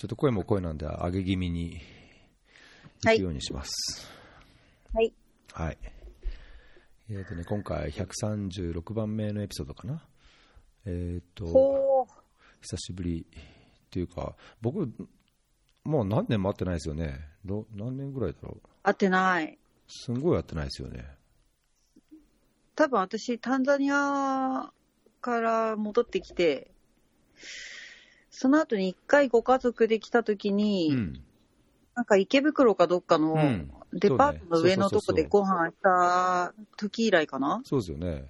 ちょっと声も声なんで上げ気味にいくようにします。 はい。 はい。今回136番目のエピソードかな。久しぶりっていうか、僕もう何年も会ってないですよね。何年ぐらいだろう。 会ってない。 すんごい会ってないですよね。 多分私タンザニアから戻ってきて、その後に一回ご家族で来た時に、なんか池袋かどっかのデパートの上のとこでご飯した時以来かな。 そうですよね。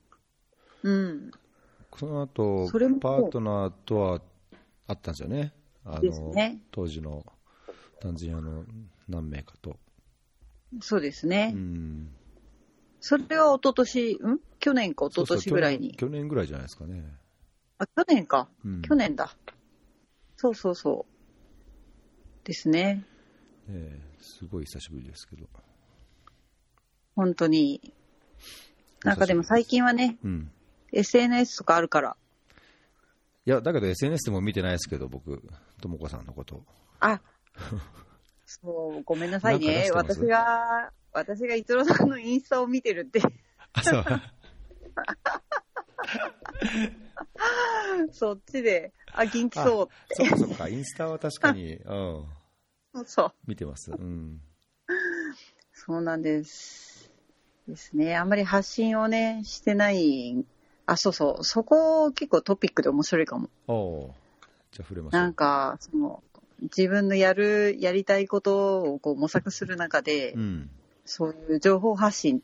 その後パートナーとは会ったんですよね。 ですね。 当時のタンザニアの何名かと。 そうですね。それは去年か一昨年ぐらいに。 去年ぐらいじゃないですかね。 あ、去年か。去年だ。そうですね。 すごい久しぶりですけど。 本当に。なんかでも最近はね、SNS とかあるから。 いや、だけど SNS でも見てないですけど、僕、ともこさんのこと。 あ、そう、ごめんなさいね。私が逸郎さんのインスタを見てるって。 あ、そう。 そっちで、元気そうって。 そうか、インスタは確かに、 そう。 見てます。 そうなんです。ですね。あんまり発信をね、してない。そこ結構トピックで面白いかも。 じゃあ触れましょう。 なんか、自分のやりたいことをこう模索する中で、そういう情報発信って、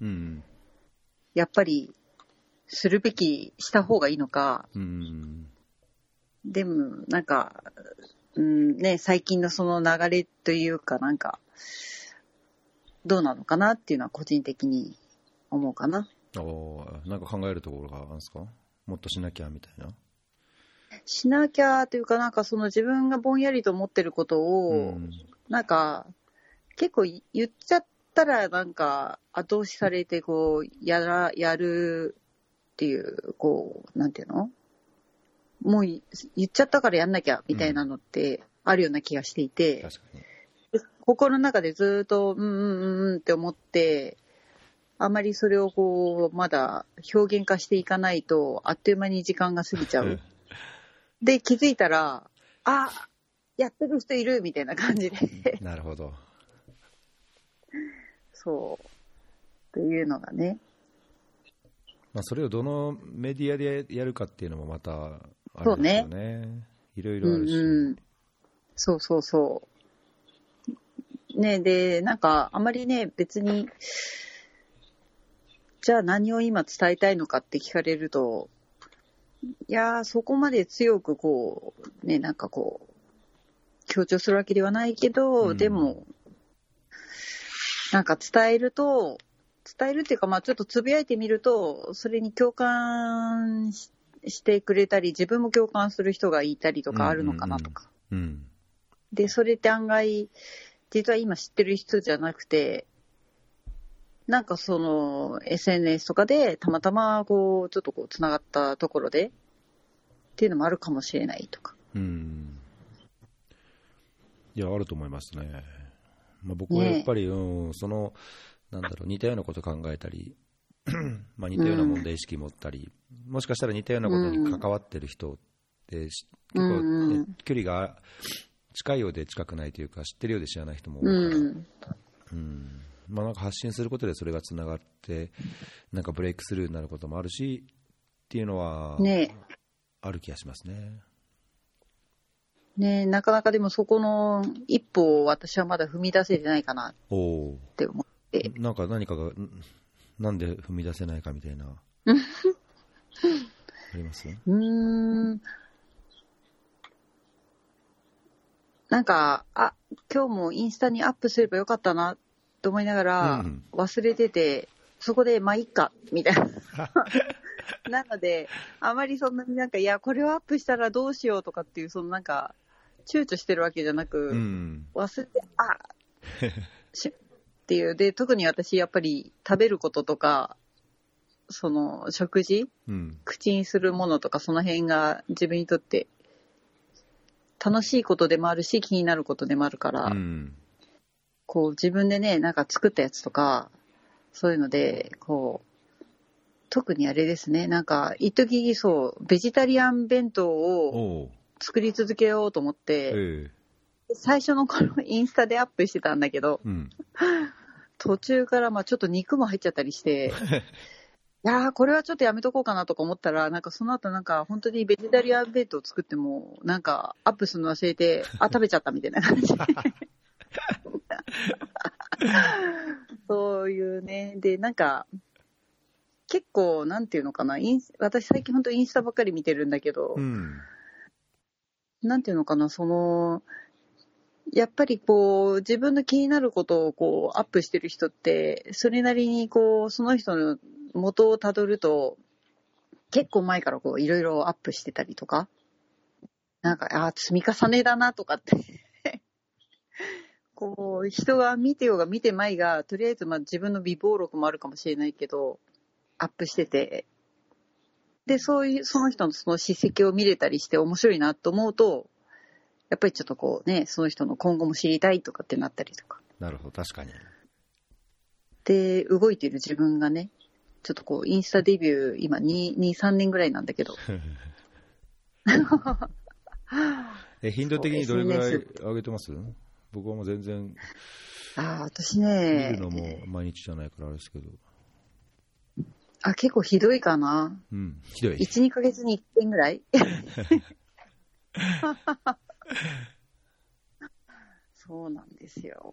やっぱりした方がいいのか、でもなんか、最近のその流れというかなんかどうなのかなっていうのは個人的に思うかな。 なんか考えるところがあるんですか？もっとしなきゃみたいな。 しなきゃというか、なんかその自分がぼんやりと思ってることを、なんか結構言っちゃったらなんか後押しされてこうやるっていうこうなんていうの？もう言っちゃったからやんなきゃみたいなのってあるような気がしていて、 確かに心の中でずっとって思って。あまりそれをこうまだ表現化していかないとあっという間に時間が過ぎちゃう。で気づいたらやってる人いるみたいな感じで。 なるほど。 そうというのがね。 それをどのメディアでやるかっていうのもまたあるんですよね。いろいろあるし。 そうね。でなんかあまりね別に。じゃあ何を今伝えたいのかって聞かれると、いやそこまで強くこうねなんかこう強調するわけではないけど、でもなんか伝えるっていうかちょっとつぶやいてみるとそれに共感してくれたり自分も共感する人がいたりとかあるのかなとか。でそれって案外実は今知ってる人じゃなくて。なんかその SNS とかでたまたまこうちょっとこうつながったところでっていうのもあるかもしれないとか。 いやあると思いますね。僕はやっぱり、似たようなこと考えたり似たような問題意識持ったり、もしかしたら似たようなことに関わってる人って結構、距離が近いようで近くないというか知ってるようで知らない人も多いから。なんか発信することでそれがつながってなんかブレイクスルーになることもあるしっていうのはある気がしますね。 なかなかでもそこの一歩を私はまだ踏み出せてないかなって思って。 何かがなんで踏み出せないかみたいなあります？ なんか今日もインスタにアップすればよかったなと思いながら忘れてて、そこでいっかみたいななのであまりそんなになんかこれをアップしたらどうしようとかっていうそのなんか躊躇してるわけじゃなく、忘れてっていうで特に私やっぱり食べることとかその食事、口にするものとかその辺が自分にとって楽しいことでもあるし、気になることでもあるから、 うん、 こう自分でね、なんか作ったやつとか、そういうので、こう、特にあれですね、なんか、一時そう、ベジタリアン弁当を作り続けようと思って、最初の頃インスタでアップしてたんだけど、 うん、 途中からまあちょっと肉も入っちゃったりして、いやーこれはちょっとやめとこうかなとか思ったら、なんかその後なんか本当にベジタリアン弁当を作っても、なんかアップするの忘れて、あ、食べちゃったみたいな感じで。そういうね。で、なんか、結構、なんていうのかな、私最近本当インスタばっかり見てるんだけど、 うん、 なんていうのかな、やっぱりこう、自分の気になることをこう、アップしてる人って、それなりにこう、その人の元をたどると、結構前からこう、いろいろアップしてたりとか、なんか、積み重ねだなとかってこう、人が見てようが見てまいが、とりあえずまあ自分の備忘録もあるかもしれないけど、アップしてて、で、そういう、その人のその史跡を見れたりして面白いなと思うと、やっぱりちょっとこうね、その人の今後も知りたいとかってなったりとか。 なるほど、確かに。 で、動いている自分がね、ちょっとこう、インスタデビュー、今2、3年ぐらいなんだけど。 頻度的にどれぐらい上げてます？僕はもう全然、 私ね、 見るのも毎日じゃないからあれですけど。 結構ひどいかな。 うん、ひどい。 1、2ヶ月に1遍ぐらいそうなんですよ。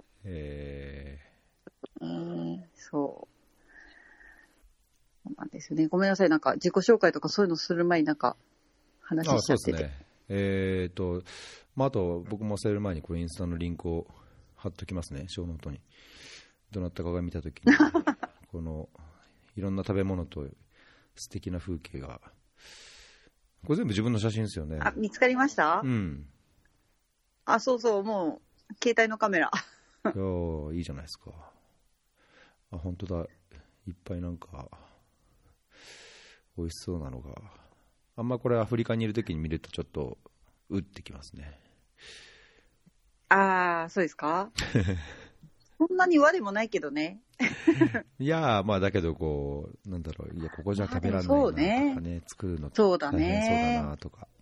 そうなんですね。ごめんなさい。なんか自己紹介とかそういうのする前になんか話しちゃってて。 そうですね。あと僕も忘れる前にこれインスタのリンクを貼っときますね、ショーノートに。どなたかが見たときにこのいろんな食べ物と素敵な風景が、これ全部自分の写真ですよね。 見つかりました？ うん。 そうそう、もう携帯のカメラ。 いいじゃないですか。本当だ。いっぱいなんか美味しそうなのが。あんまこれアフリカにいるときに見るとちょっとうってきますね。 そうですか？そんなに和でもないけどね。 いやまあだけどこうなんだろう、いやここじゃ食べられないなとかね、作るの大変そうだなとか。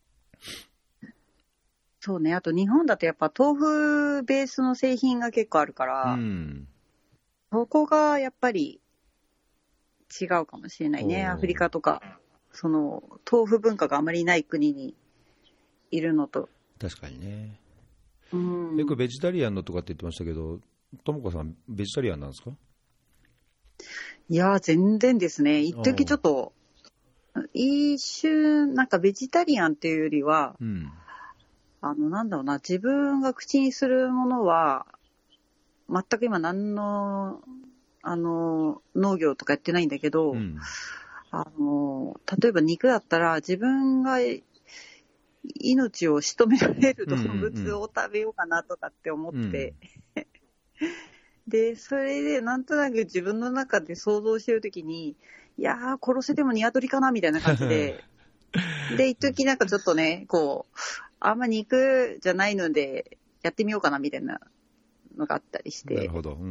そうね。あと日本だとやっぱ豆腐ベースの製品が結構あるから、そこがやっぱり違うかもしれないね。アフリカとかその豆腐文化があまりない国にいるのと。 確かにね。よくベジタリアンのとかって言ってましたけど、ともこさんベジタリアンなんですか？ いや全然ですね。一時ちょっと一瞬なんかベジタリアンっていうよりは、なんだろうな、自分が口にするものは全く今何の農業とかやってないんだけど、例えば肉だったら自分が命を仕留められる動物を食べようかなとかって思って、でそれでなんとなく自分の中で想像してるときに、いやー殺せても鶏かなみたいな感じでで一時なんかちょっとねこうあんま肉じゃないのでやってみようかなみたいなのがあったりして。 なるほど。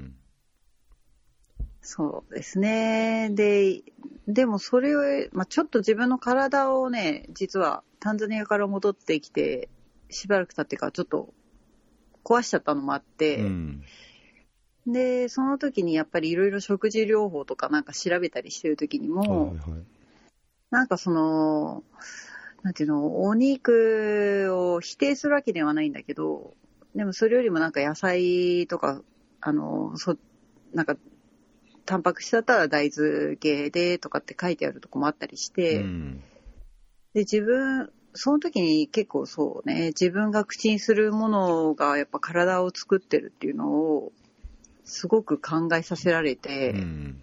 そうですね。でもそれを、ちょっと自分の体をね、実はタンザニアから戻ってきて、しばらく経ってからちょっと壊しちゃったのもあって、で、その時にやっぱりいろいろ食事療法とかなんか調べたりしてる時にも、なんかなんていうの、お肉を否定するわけではないんだけど、でもそれよりもなんか野菜とか、なんか、タンパク質だったら大豆系でとかって書いてあるとこもあったりして、で、その時に結構そうね、自分が口にするものがやっぱ体を作ってるっていうのをすごく考えさせられて、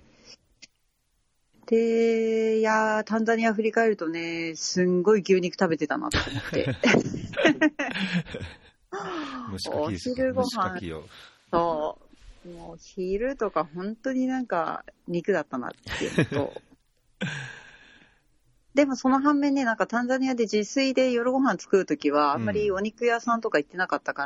で、いやタンザニア振り返るとね、すんごい牛肉食べてたなと思って。お昼ご飯、そう。もう昼とか本当になんか肉だったなっていうのと、 でもその反面ね、なんかタンザニアで自炊で夜ご飯作るときは、あんまりお肉屋さんとか行ってなかったから、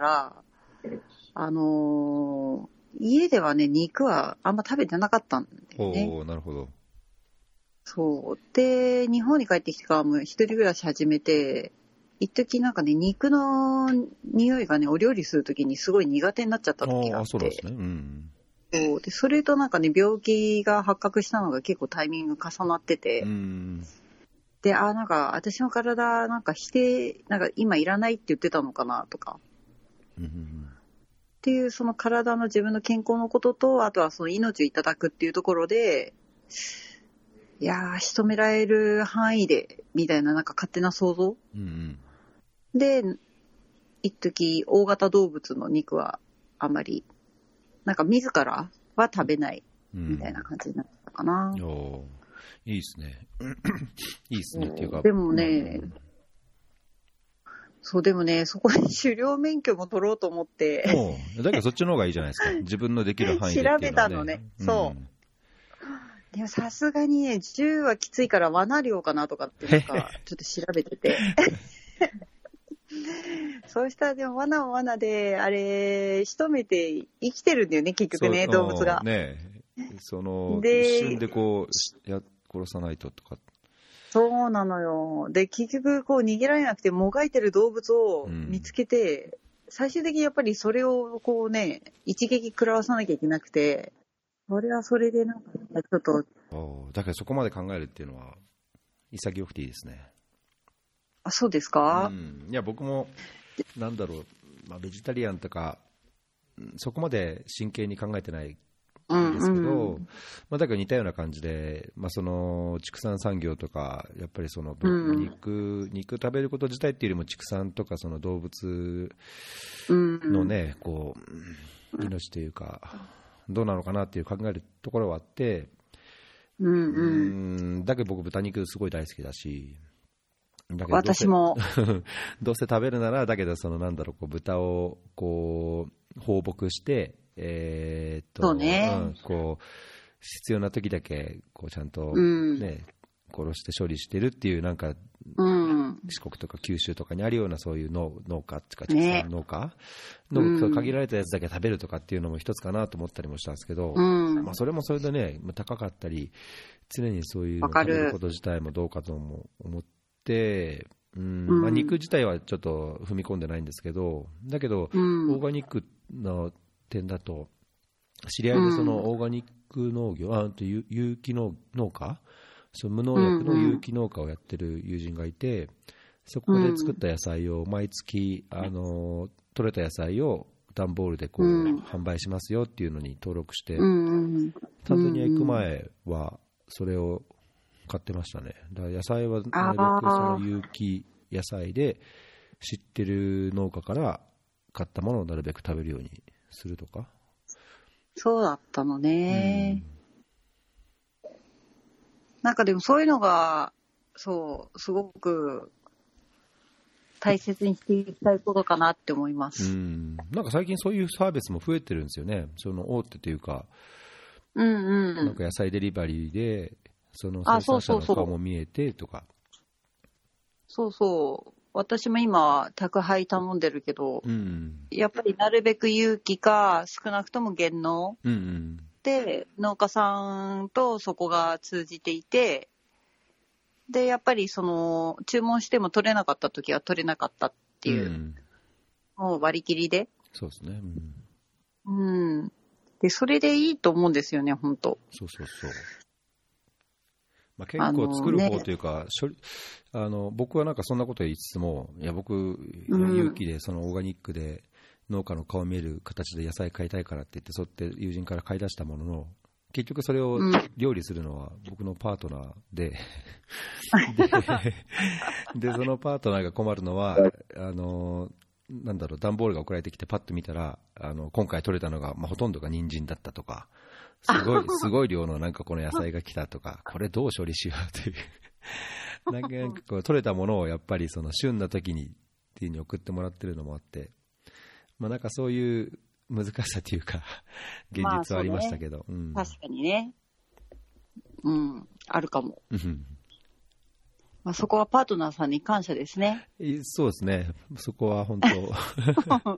家ではね、肉はあんま食べてなかったんだよね。 なるほど。 そう。で、日本に帰ってきてからも一人暮らし始めて、一時なんかね、肉の匂いがね、お料理するときにすごい苦手になっちゃった時があって。 そうなんですね。うん。 そうで、それとなんかね、病気が発覚したのが結構タイミング重なってて、で、なんか私の体なんかなんか今いらないって言ってたのかなとか、っていうその体の自分の健康のことと、あとはその命をいただくっていうところで、いやー、仕留められる範囲でみたいななんか勝手な想像、で、一時大型動物の肉はあまりなんか自らは食べないみたいな感じになったかな。 いいですね。いいですねっていうか。 でもね、でもね、そこで狩猟免許も取ろうと思って。 だけどそっちの方がいいじゃないですか。自分のできる範囲でっていうのは、ね。 調べたのね。そう。でもさすがにね、銃はきついから罠猟かなとかってなんかちょっと調べてて。そうしたらでも罠は罠で、あれ、仕留めて生きてるんだよね、結局ね、動物が。 ね、一瞬でこう、殺さないととか。 そうなのよ。で、結局こう逃げられなくてもがいてる動物を見つけて、最終的にやっぱりそれをこうね、一撃食らわさなきゃいけなくて、それはそれでなんかちょっと。 だからそこまで考えるっていうのは、潔くていいですね。 そうですか？ いや、僕も、なんだろう、ベジタリアンとか、そこまで真剣に考えてないんですけど、だけど似たような感じで、その畜産産業とか、やっぱりその肉食べること自体っていうよりも、畜産とかその動物のね、こう命というか、どうなのかなっていう考えるところはあって、だけど僕、豚肉すごい大好きだし。だけど私もどうせ食べるなら、だけどそのなんだろう、こう豚をこう放牧して、 そうね、 こう必要な時だけこうちゃんとね、殺して処理してるっていう、なんか、四国とか九州とかにあるようなそういう農家っていうか、畜産農家の限られたやつだけ食べるとかっていうのも一つかなと思ったりもしたんですけど、それもそれでね、高かったり、常にそういうのを食べること自体もどうかとも思って。肉自体はちょっと踏み込んでないんですけど、だけど、オーガニックの点だと、知り合いでそのオーガニック農業、有機農家、無農薬の有機農家をやってる友人がいて、そこで作った野菜を毎月、取れた野菜を段ボールでこう、販売しますよっていうのに登録して、タンザニア行く前はそれを買ってましたね。だから野菜はなるべくその有機野菜で知ってる農家から買ったものをなるべく食べるようにするとか。 そうだったのね。なんかでもそういうのがすごく大切にしていきたいことかなって思います。 なんか最近そういうサービスも増えてるんですよね。その大手というか、なんか野菜デリバリーでその生産者の顔も見えてとか。 私も今宅配頼んでるけど、やっぱりなるべく有機か少なくとも減農、で農家さんとそこが通じていて、でやっぱりその注文しても取れなかった時は取れなかったっていう、もう割り切りで。 そうですね。 でそれでいいと思うんですよね、本当。 結構作る方というか、僕はなんかそんなこと言いつつも、いや僕、有機でそのオーガニックで農家の顔見える形で野菜買いたいからって言って、そうやって友人から買い出したものの、結局それを料理するのは僕のパートナーで、でそのパートナーが困るのは、なんだろう、段ボールが送られてきてパッと見たら、今回取れたのが、ほとんどが人参だったとか、すごい量のなんかこの野菜が来たとか、これどう処理しようというなんかこう取れたものをやっぱりその旬な時にっていうに送ってもらってるのもあって、なんかそういう難しさというか現実はありましたけど、 確かにね、あるかも。 まあ、そこはパートナーさんに感謝ですね。 そうですね、そこは本当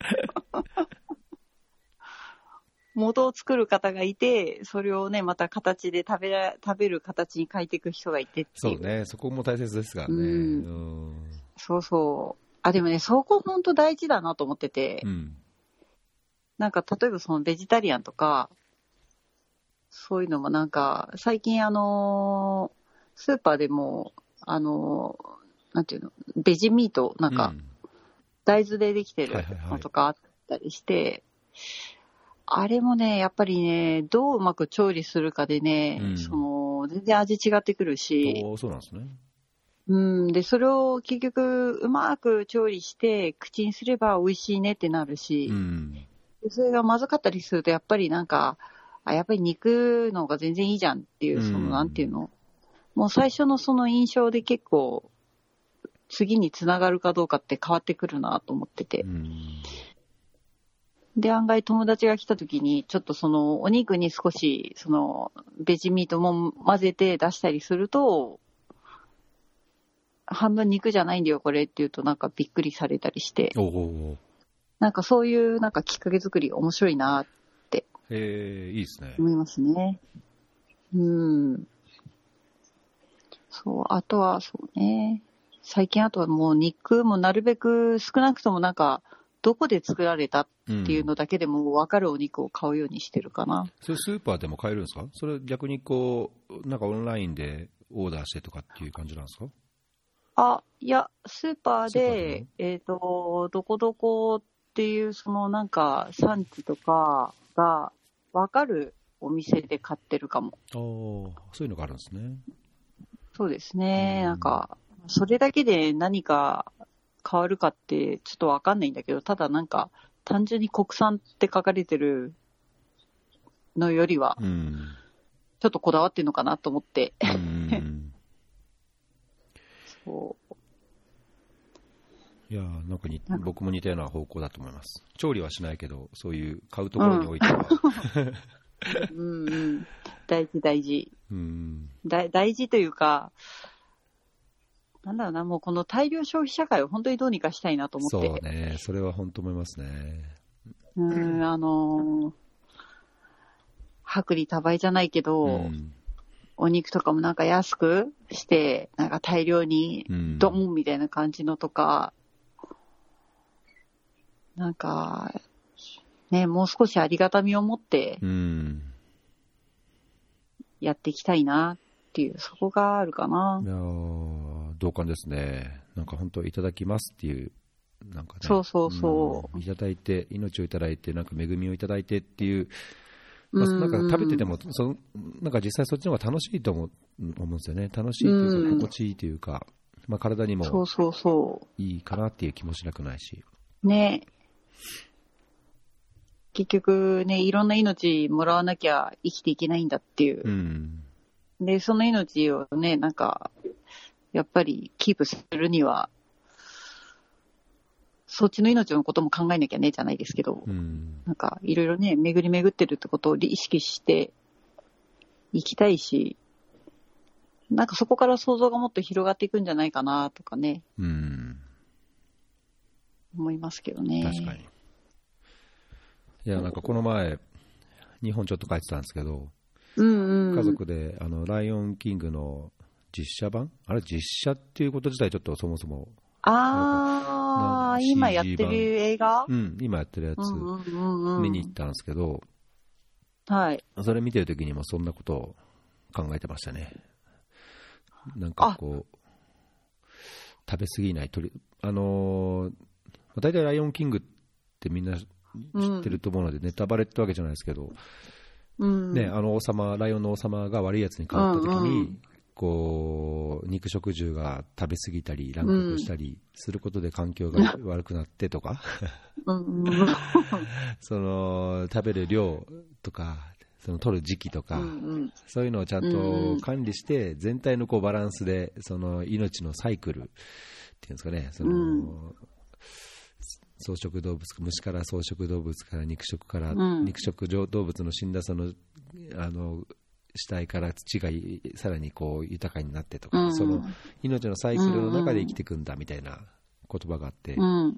元を作る方がいて、それをね、また形で食べる形に変えていく人がいてっていう。 そうね、そこも大切ですからね。 そうそう。あ、でもね、そこ本当大事だなと思ってて、なんか例えばそのベジタリアンとか、そういうのもなんか、最近スーパーでも、なんていうの、ベジミート、なんか、大豆でできてるのとかあったりして、あれもね、やっぱりね、どううまく調理するかでね、全然味違ってくるし、 そうなんですね。 で、それを結局、うまく調理して、口にすれば美味しいねってなるし、それがまずかったりすると、やっぱりなんか、やっぱり肉の方が全然いいじゃんっていう、なんていうの、もう最初のその印象で結構、次につながるかどうかって変わってくるなと思ってて。で、案外友達が来た時に、ちょっとそのお肉に少し、そのベジミートも混ぜて出したりすると、半分肉じゃないんだよこれって言うとなんかびっくりされたりして、なんかそういうなんかきっかけ作り面白いなって。 いいですね。 思いますね。そう、あとはそうね。最近あとはもう肉もなるべく少なくともなんか、どこで作られたっていうのだけでも分かるお肉を買うようにしてるかな。 それスーパーでも買えるんですか？それ逆にこう、なんかオンラインでオーダーしてとかっていう感じなんですか？ いや、スーパーで、どこどこっていうそのなんか産地とかが分かるお店で買ってるかも。 そういうのがあるんですね。 そうですね。なんか、それだけで何か変わるかってちょっとわかんないんだけど、ただなんか、単純に国産って書かれてるのよりは、ちょっとこだわってるのかなと思って。そう。 いやなんか僕も似たような方向だと思います。調理はしないけど、そういう買うところにおいては。 大事大事。大事というか、なんだろうな、もうこの大量消費社会を本当にどうにかしたいなと思って。 そうね、それは本当思いますね。 薄利多売じゃないけど、お肉とかもなんか安くして、なんか大量にドンみたいな感じのとか、なんか、ね、もう少しありがたみを持って、やっていきたいなっていう、そこがあるかな。 いや同感ですね。なんか本当いただきますっていう、なんかね、いただいて、命をいただいて、なんか恵みをいただいてっていう、なんか食べててもなんか実際そっちの方が楽しいと思うんですよね。楽しいというか、心地いいというか、体にもいいかなっていう気もしなくないし。 ね。結局ね、いろんな命もらわなきゃ生きていけないんだっていう。で、その命をね、なんか、やっぱりキープするには、そっちの命のことも考えなきゃね、じゃないですけど、なんか、いろいろね、巡り巡ってるってことを意識していきたいし、なんかそこから想像がもっと広がっていくんじゃないかな、とかね。思いますけどね。 確かに。いや、なんかこの前、日本ちょっと帰ってたんですけど、家族でライオンキングの実写版、あれ実写っていうこと自体ちょっとそもそも今やってる映画、 今やってるやつ見に行ったんですけど、それ見てる時にもそんなことを考えてましたね。なんかこう食べ過ぎない大体ライオンキングってみんな知ってると思うので、ネタバレってわけじゃないですけど、ね、王様、ライオンの王様が悪いやつに変わった時に、こう肉食獣が食べ過ぎたり乱獲したりすることで環境が悪くなってとかその食べる量とかその取る時期とか、そういうのをちゃんと管理して全体のこうバランスでその命のサイクルっていうんですかね、その草食動物、虫から草食動物から肉食から、肉食動物の死んだその死体から土がさらにこう豊かになってとか、その命のサイクルの中で生きていくんだみたいな言葉があって、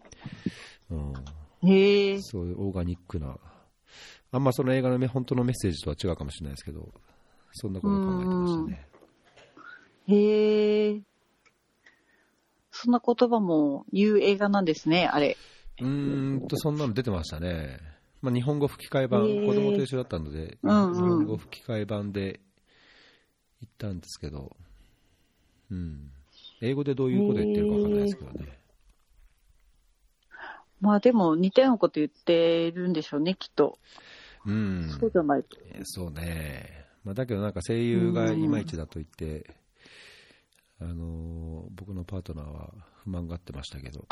へえ。 そういうオーガニックな、あんまその映画の本当のメッセージとは違うかもしれないですけど、そんなことを考えてましたね。 へえ。そんな言葉も言う映画なんですね、あれ。 そんなの出てましたね。まあ、日本語吹き替え版、子供と一緒だったので、日本語吹き替え版で行ったんですけど、英語でどういうこと言ってるかわからないですけどね。 まあでも似たようなこと言ってるんでしょうね、きっと。そうじゃないと。 そうね。まあ、だけどなんか声優がいまいちだと言って、僕のパートナーは不満がってましたけど。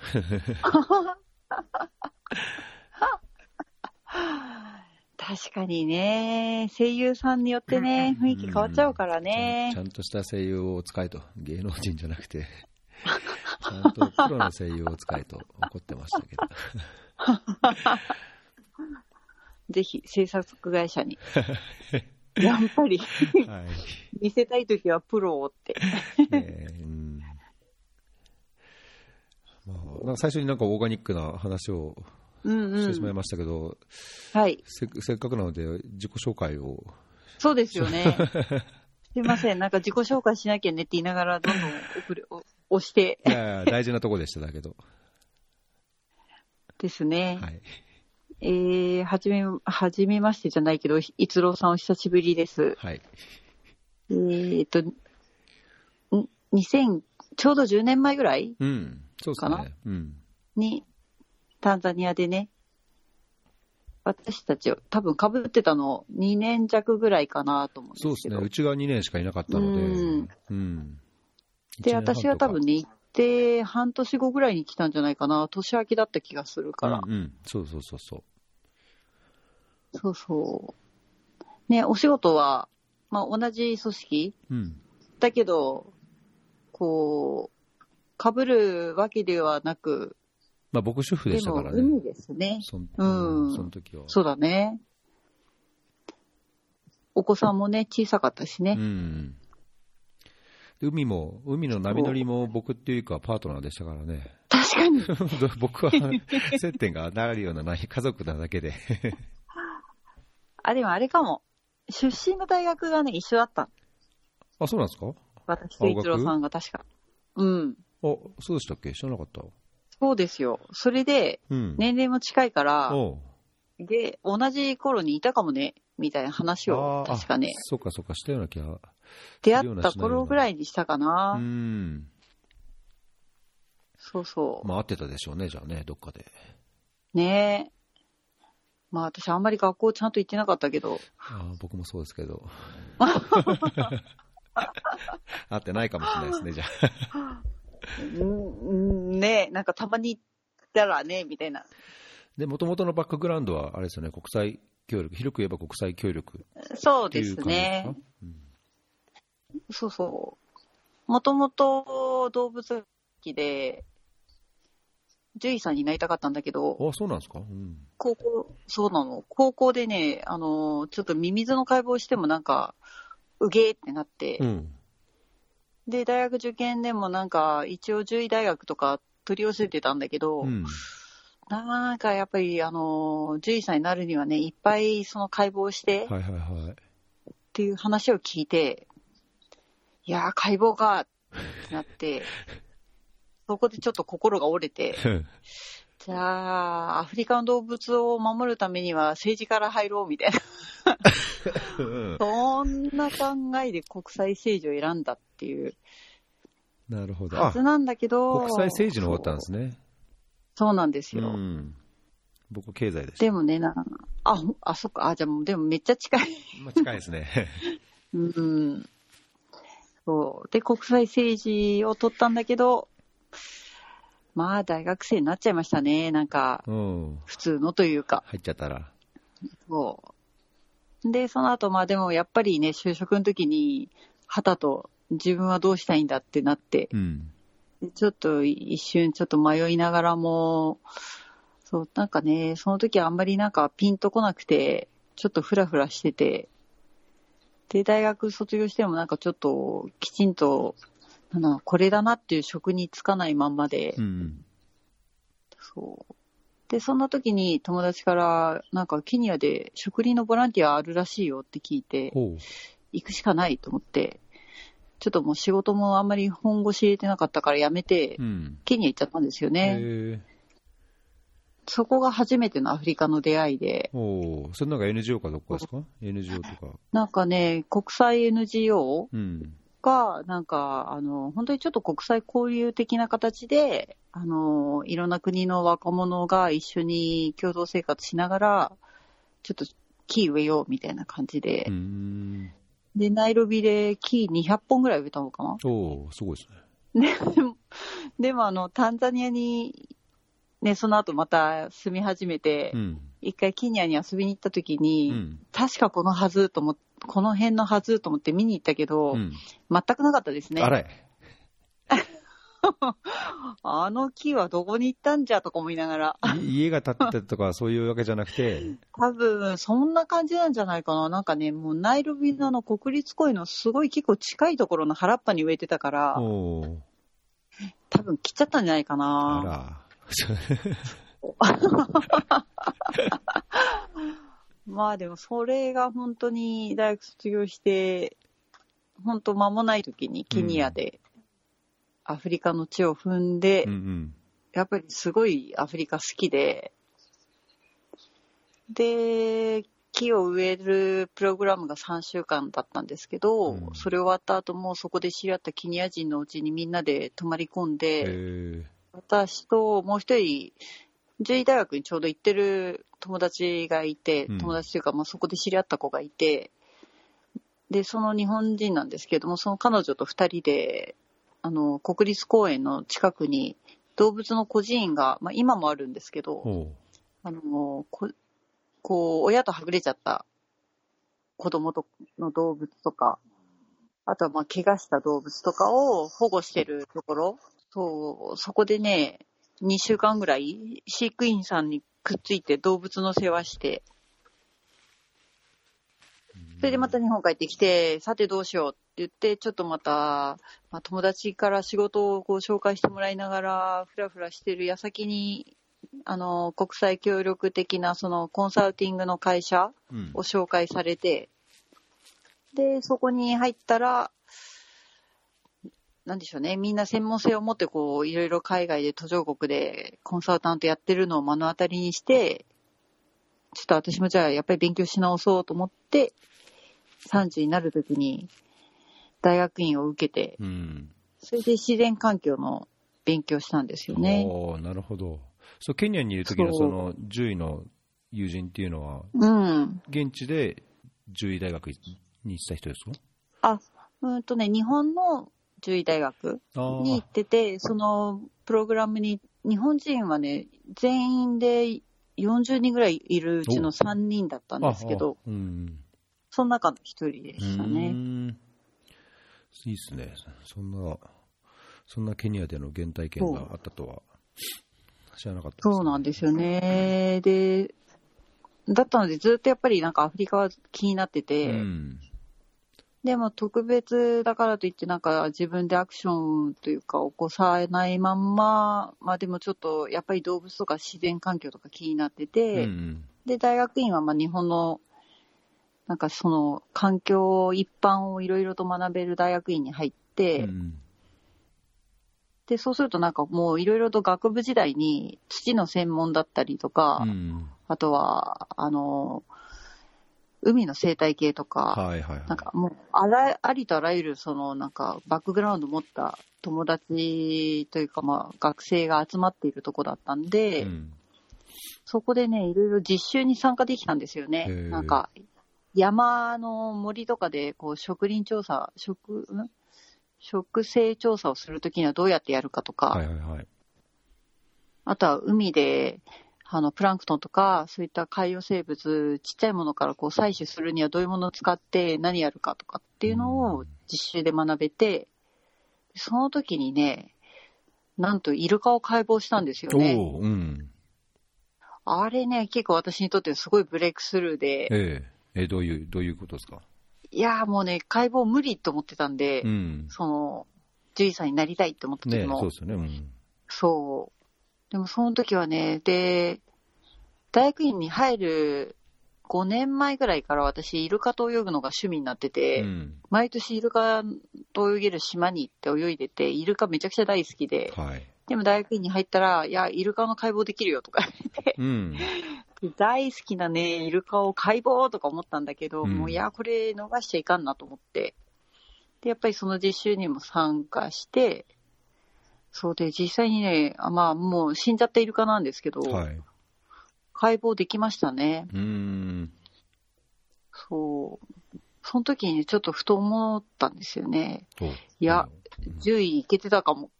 確かにね、声優さんによってね、雰囲気変わっちゃうからね。 ちゃんとした声優を使えと、芸能人じゃなくて、ちゃんとプロの声優を使えと怒ってましたけど。 ぜひ制作会社に。やっぱり、はい、見せたいときはプロをって。 まあ、最初になんかオーガニックな話をしてしまいましたけど、 はい、 せっかくなので自己紹介を。 そうですよね。すいません、なんか自己紹介しなきゃねって言いながらどんどん押して。 いや大事なとこでしただけど。 ですね。 はい。 はじめましてじゃないけど、逸郎さんお久しぶりです。 はい。 ちょうど10年前ぐらい、 そうですね。 に、タンザニアでね、私たち多分被ってたの2年弱ぐらいかなと思うんですけど。 そうですね。うちが2年しかいなかったので。 で、私が多分ね、行って半年後ぐらいに来たんじゃないかな。年明けだった気がするから。 そうそうそうそう。 そうそう。ね、お仕事は、まあ同じ組織、だけど、こう、被るわけではなく、 まあ僕主婦でしたからね。 でも海ですね。 その時は。 そうだね。お子さんもね、小さかったしね。 海の波乗りも僕っていうかパートナーでしたからね。 確かに。 僕は接点がなるようなない家族なだけで。 でもあれかも。出身の大学がね、一緒だった。 あ、そうなんですか？ 私と一郎さんが確か。 そうでしたっけ？知らなかった。 そうですよ。それで、年齢も近いから、で、同じ頃にいたかもね、みたいな話を確かね。 そうかしたような気が。 出会った頃ぐらいにしたかな。そうそう。 まあ合ってたでしょうね、じゃあね、どっかで。 ねえ。まあ私あんまり学校ちゃんと行ってなかったけど。 僕もそうですけど。合ってないかもしれないですね、じゃあ。 ねえ、なんかたまに行ったらね、みたいな。 で、もともとのバックグラウンドはあれですよね、国際協力、広く言えば国際協力。 そうですね。そうそう。もともと動物好きで、獣医さんになりたかったんだけど。 そうなんですか？ そうなの。高校でね、ちょっとミミズの解剖してもなんか、うげーってなって。で、大学受験でもなんか、一応獣医大学とか取り寄せてたんだけど、なんかやっぱり、獣医さんになるにはね、いっぱいその解剖して、っていう話を聞いて、いやー、解剖かってなって、そこでちょっと心が折れて、じゃあ、アフリカの動物を守るためには政治から入ろうみたいな。そんな考えで国際政治を選んだっていう。 なるほど。 はずなんだけど。 国際政治の方だったんですね。 そうなんですよ。 僕、経済でした。 でもね、そっか。じゃあ、でもめっちゃ近い。 近いですね。 そう。で、国際政治を取ったんだけど、まあ、大学生になっちゃいましたね。なんか、普通のというか。 入っちゃったら。 そう。で、その後、まあでもやっぱりね、就職の時に、旗と自分はどうしたいんだってなって、ちょっと一瞬ちょっと迷いながらも、そう、なんかね、その時あんまりなんかピンとこなくて、ちょっとフラフラしてて、 で、大学卒業してもなんかちょっときちんと、これだなっていう職に就かないまんまで、そう。で、そんな時に友達から、なんかケニアで植林のボランティアあるらしいよって聞いて、行くしかないと思って、ちょっともう仕事もあんまり本腰入れてなかったからやめて、ケニア行っちゃったんですよね。そこが初めてのアフリカの出会いで。 それなんか NGO かどこですか？ NGO とか。 なんかね、国際 NGO が、なんか、本当にちょっと国際交流的な形で、いろんな国の若者が一緒に共同生活しながら、ちょっと木植えようみたいな感じで、で、ナイロビで木200本ぐらい植えたのかな。 すごいですね。 でもタンザニアに、ね、その後また住み始めて、一回ケニアに遊びに行った時に、確かこの辺のはずと思って見に行ったけど、全くなかったですね。 あれあの木はどこに行ったんじゃとか思いながら。 家が建ってとかそういうわけじゃなくて。 多分、そんな感じなんじゃないかな。なんかね、もうナイロビの国立公園のすごい結構近いところの原っぱに植えてたから、多分切っちゃったんじゃないかな。 あら。 まあでもそれが本当に大学卒業して本当間もない時にケニアでアフリカの地を踏んで、やっぱりすごいアフリカ好きで、で木を植えるプログラムが3週間だったんですけど、それ終わった後もそこで知り合ったケニア人のうちにみんなで泊まり込んで、私ともう一人獣医大学にちょうど行ってる友達がいて、友達というか、そこで知り合った子がいて、でその日本人なんですけども、その彼女と2人で国立公園の近くに動物の孤児院が、今もあるんですけど、こう親とはぐれちゃった子供の動物とか、あとは怪我した動物とかを保護してるところ、そこでね、2週間ぐらい飼育員さんにくっついて動物の世話して、それでまた日本帰ってきて、さてどうしようって言って、ちょっとまた、友達から仕事を紹介してもらいながらフラフラしてる矢先に、国際協力的なそのコンサルティングの会社を紹介されて、でそこに入ったら、なんでしょうね、みんな専門性を持っていろいろ海外で途上国でコンサルタントやってるのを目の当たりにして、ちょっと私もじゃあやっぱり勉強し直そうと思って、30になるときに大学院を受けて、それで自然環境の勉強したんですよね。 なるほど。そう、ケニアにいる時のその獣医の友人っていうのは、現地で獣医大学に行った人ですか？ 日本の獣医大学に行ってて、そのプログラムに日本人はね、全員で40人ぐらいいるうちの3人だったんですけど、その中の1人でしたね。 いいですね。そんなケニアでの原体験があったとは知らなかったですね。 そうなんですよね。で、だったのでずっとやっぱりなんかアフリカは気になってて、でも特別だからといってなんか自分でアクションというか起こさないまんま、でもちょっとやっぱり動物とか自然環境とか気になってて、で大学院は日本のなんかその環境一般をいろいろと学べる大学院に入って、でそうするとなんかもういろいろと学部時代に土の専門だったりとか、あとは海の生態系とか、なんかもうありとあらゆるそのなんかバックグラウンドを持った友達というか学生が集まっているとこだったんで、そこでねいろいろ実習に参加できたんですよね。なんか山の森とかで植林調査、植生調査をするときにはどうやってやるかとか、あとは海でプランクトンとかそういった海洋生物ちっちゃいものから採取するにはどういうものを使って何やるかとかっていうのを実習で学べて、その時にね、なんとイルカを解剖したんですよね。あれね、結構私にとってすごいブレイクスルーで、 どういうことですか？ いやーもうね、解剖無理と思ってたんで、 うん、 獣医さんになりたいって思った時ね、 も、 そうですよね。うん、 そう。でもその時はね、で、大学院に入る5年前ぐらいから私、イルカと泳ぐのが趣味になってて、 うん、 毎年イルカと泳げる島に行って泳いでて、イルカめちゃくちゃ大好きで、 はい。 でも大学院に入ったら、いや、イルカの解剖できるよとか言って、 うん、 大好きなね、イルカを解剖とか思ったんだけど、 うん、 もういや、これ逃しちゃいかんなと思って、で、やっぱりその実習にも参加して、そうで、実際にね、まあもう死んじゃったイルカなんですけど、 はい。 解剖できましたね。 うんそう。その時にね、ちょっとふと思ったんですよね。 おいや、10位いけてたかもって。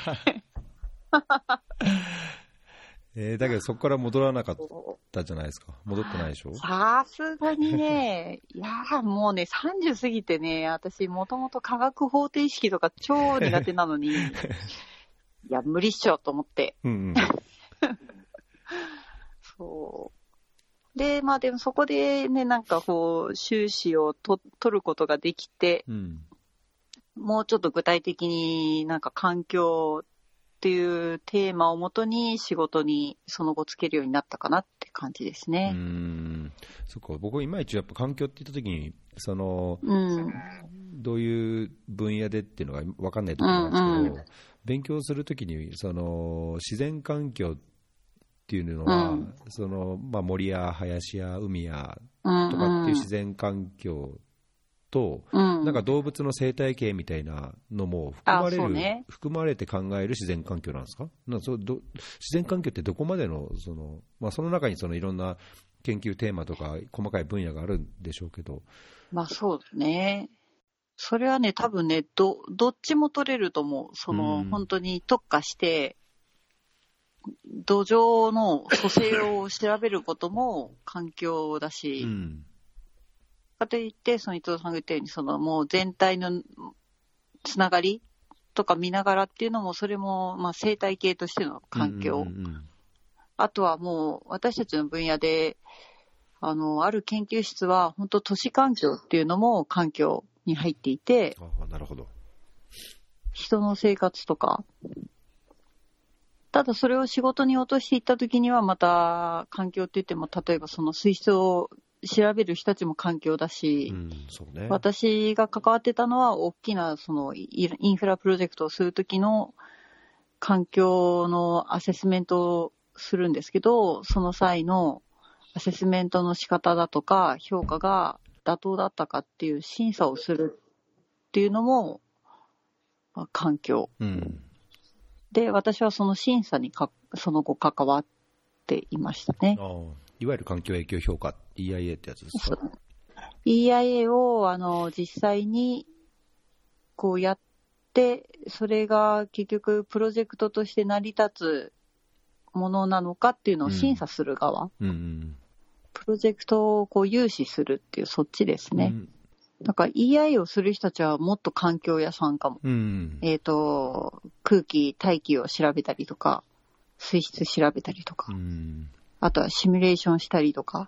だけどそこから戻らなかったじゃないですか。戻ってないでしょ。 さすがにね、いやーもうね、30過ぎてね、私もともと化学方程式とか超苦手なのに、いや、無理っしょと思って。 うんうん、 そう。で、まあでもそこでね、なんかこう、修士を取ることができて、 うん、 もうちょっと具体的になんか環境っていうテーマをもとに仕事にその後つけるようになったかなって感じですね。 そっか。僕いまいちやっぱ環境って言った時にその、 うん、 どういう分野でっていうのが分かんないところなんですけど、勉強するときにその自然環境っていうのは、その森や林や海やとかっていう自然環境と、なんか動物の生態系みたいなのも含まれて考える自然環境なんですか。自然環境ってどこまでのその中にそのいろんな研究テーマとか細かい分野があるんでしょうけど。 まあそうですね。それはね、多分ね、どっちも取れると思う。本当に特化して、土壌の組成を調べることも環境だし、かといって、伊藤さんが言ったように、もう全体のつながりとか見ながらっていうのも、それもまあ生態系としての環境。あとはもう私たちの分野で、ある研究室は本当都市環境っていうのも環境に入っていて、 なるほど。 人の生活とか、ただそれを仕事に落としていったときにはまた環境って言っても、例えばその水質を調べる人たちも環境だし、 そうね、 私が関わってたのは大きなインフラプロジェクトをするときの環境のアセスメントをするんですけど、その際のアセスメントの仕方だとか評価が妥当だったかっていう審査をするっていうのも、環境、で、私はその審査にその後関わっていましたね。 いわゆる環境影響評価 EIA ってやつですか。 EIA を実際にこうやって、それが結局プロジェクトとして成り立つものなのかっていうのを審査する側、プロジェクトをこう有志するっていうそっちですね。だから EIA をする人たちはもっと環境屋さんかも。空気、大気を調べたりとか、水質調べたりとか、あとはシミュレーションしたりとか。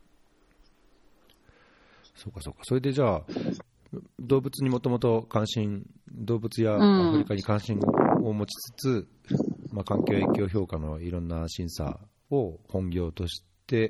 そうか。それでじゃあ動物にもともと動物やアフリカに関心を持ちつつ、環境影響評価のいろんな審査を本業として、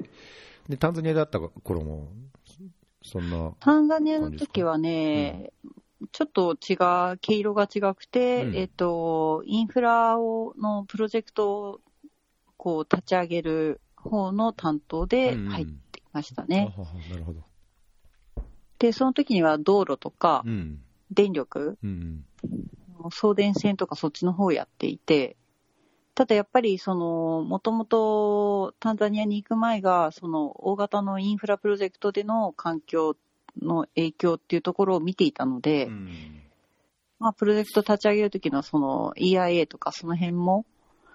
でタンザニアであった頃もそんな。 タンザニアの時はね、ちょっと毛色が違くて、インフラのプロジェクトをこう立ち上げる方の担当で入っていましたね。 なるほど。 で、その時には道路とか、電力、送電線とかそっちの方をやっていて、ただやっぱりもともとタンザニアに行く前が大型のインフラプロジェクトでの環境の影響っていうところを見ていたので、プロジェクト立ち上げる時のEIA とかその辺も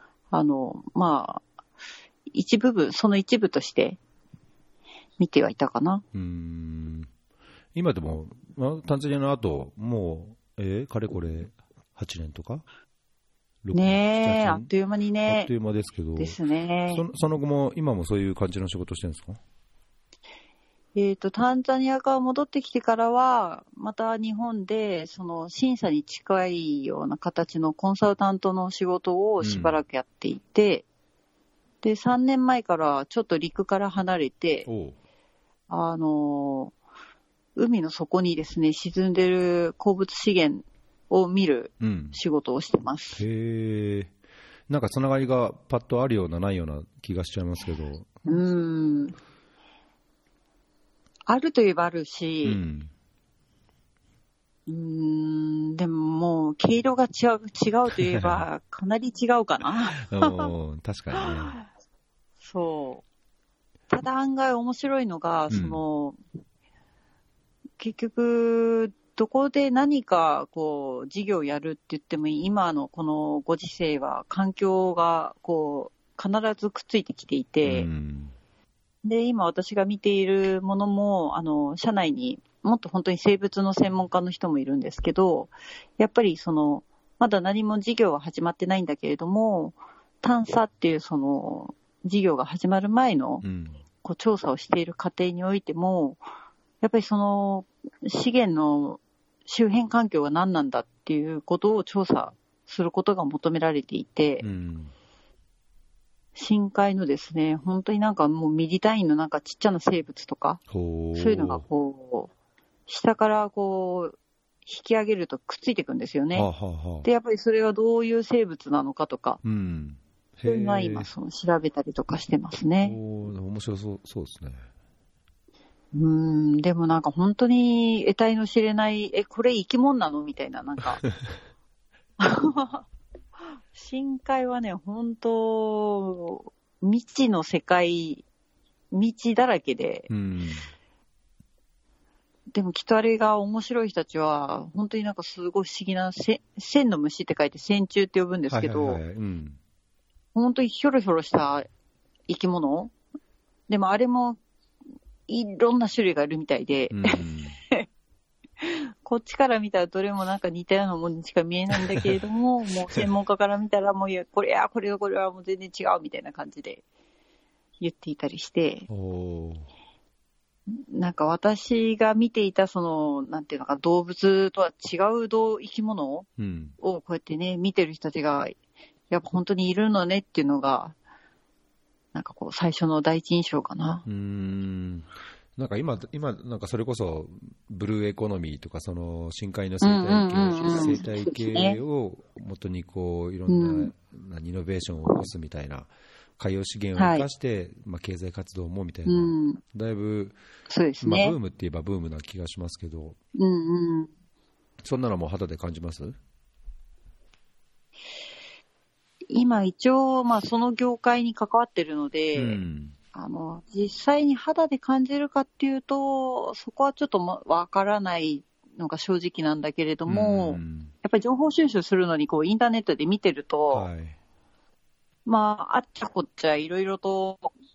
一部として見てはいたかな。 今でもタンザニアの後もうかれこれ8年とかねえ、あっという間にね。 あっという間ですけど。 ですね。 その後も今もそういう感じの仕事してるんですか。 タンザニアから戻ってきてからは、また日本で、その審査に近いような形のコンサルタントの仕事をしばらくやっていて、で、3年前からちょっと陸から離れて、海の底にですね、沈んでる鉱物資源を見る仕事をしてます。 へー。なんかつながりがパッとあるようなないような気がしちゃいますけど。 あるといえばあるし、でももう毛色が違うといえばかなり違うかな。 確かにね。 そう。ただ案外面白いのが、結局、どこで何かこう事業をやるって言っても今のこのご時世は環境がこう必ずくっついてきていて、で今私が見ているものも社内にもっと本当に生物の専門家の人もいるんですけど、やっぱりまだ何も事業は始まってないんだけれども、探査っていう事業が始まる前のこう調査をしている過程においても、やっぱり資源の周辺環境が何なんだっていうことを調査することが求められていて、深海のですね、本当になんかもうミリ単位のなんかちっちゃな生物とか、そういうのがこう、下からこう、引き上げるとくっついていくんですよね。で、やっぱりそれがどういう生物なのかとか、そういうのは今調べたりとかしてますね。 面白そうですね。 でもなんか本当に得体の知れない、これ生き物なのみたいな、なんか。深海はね、本当、未知の世界、未知だらけで、でもきっとあれが面白い人たちは、本当になんかすごい不思議な、線の虫って書いて線虫って呼ぶんですけど、本当にひょろひょろした生き物でもあれも、いろんな種類がいるみたいで、こっちから見たらどれもなんか似たようなものにしか見えないんだけれども、もう専門家から見たらもうこれはもう全然違うみたいな感じで言っていたりして、なんか私が見ていたなんていうのか動物とは違う生き物をこうやってね、見てる人たちがやっぱ本当にいるのねっていうのが、なんかこう最初の第一印象かな。 なんか今なんかそれこそブルーエコノミーとか深海の生態系を元にこういろんなイノベーションを起こすみたいな、海洋資源を生かして、経済活動もみたいな、だいぶそうですね、 ブームって言えばブームな気がしますけど、そんなのも肌で感じます？ 今一応その業界に関わってるので、実際に肌で感じるかっていうと、そこはちょっとわからないのが正直なんだけれども、やっぱり情報収集するのにこうインターネットで見てると、あっちゃこっちゃいろいろと、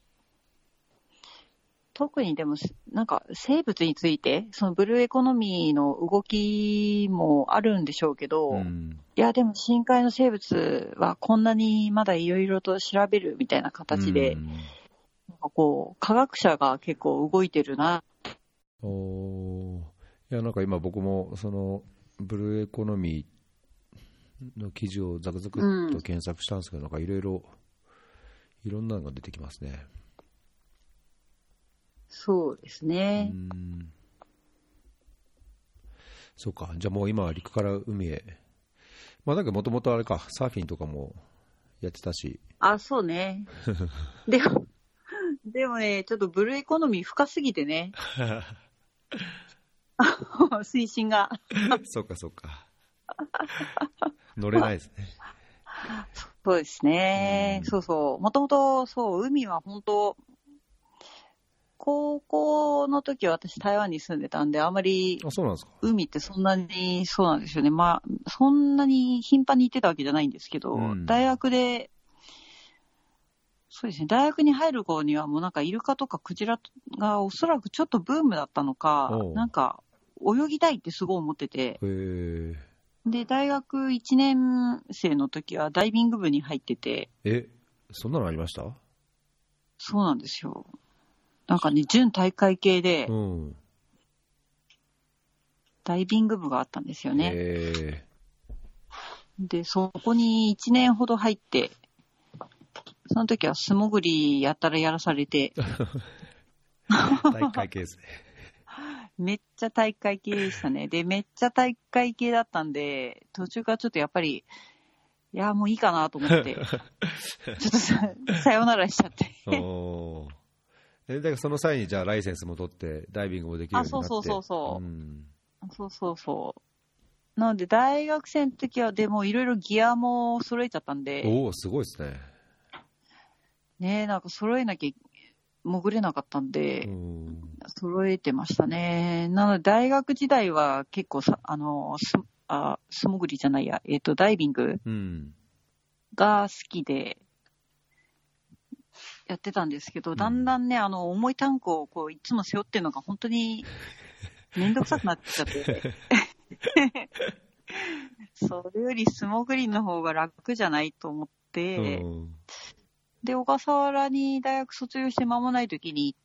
特にでもなんか生物について、そのブルーエコノミーの動きもあるんでしょうけど、いやでも深海の生物はこんなにまだいろいろと調べるみたいな形で、なんかこう科学者が結構動いてるな。 いやなんか今僕もブルーエコノミーの記事をザクザクっと検索したんですけど、なんかいろんなのが出てきますね。 そうですね。 そうか。じゃあもう今は陸から海へ。だけどもともとあれか、サーフィンとかもやってたし。 そうね。でもね、ちょっとブルーエコノミー深すぎてね。水深が。 そうか。乗れないですね。 そうですね。そう。もともと、海は本当、高校の時は私台湾に住んでたんで、あまり海ってそんなに、そうなんですよね。そんなに頻繁に行ってたわけじゃないんですけど、大学で、そうですね、大学に入る頃にはもうなんかイルカとかクジラがおそらくちょっとブームだったのか、なんか泳ぎたいってすごい思ってて、で、大学1年生の時はダイビング部に入ってて。 そんなのありました？ そうなんですよ。 なんかね、準体育会系で、 うん。 ダイビング部があったんですよね。 へで、そこに1年ほど入って、その時は素潜りやったらやらされて、 体育会系ですね。 めっちゃ体育会系でしたね。で、めっちゃ体育会系だったんで、途中からちょっとやっぱり、いや、もういいかなと思って、ちょっとさよならしちゃって。 おだからその際にじゃあライセンスも取ってダイビングもできるようになって。 そうそうそう。 うん、 そうそうそう。なので大学生の時はでもいろいろギアも揃えちゃったんで。 おお、すごいですね。 ね、なんか揃えなきゃ潜れなかったんで、揃えてましたね。なので大学時代は結構素潜りじゃないや、ダイビングが好きでやってたんですけど、だんだんね、重いタンクをこういつも背負ってるのが本当にめんどくさくなっちゃって。それより素潜りの方が楽じゃないと思って、で、小笠原に大学卒業して間もない時に行って、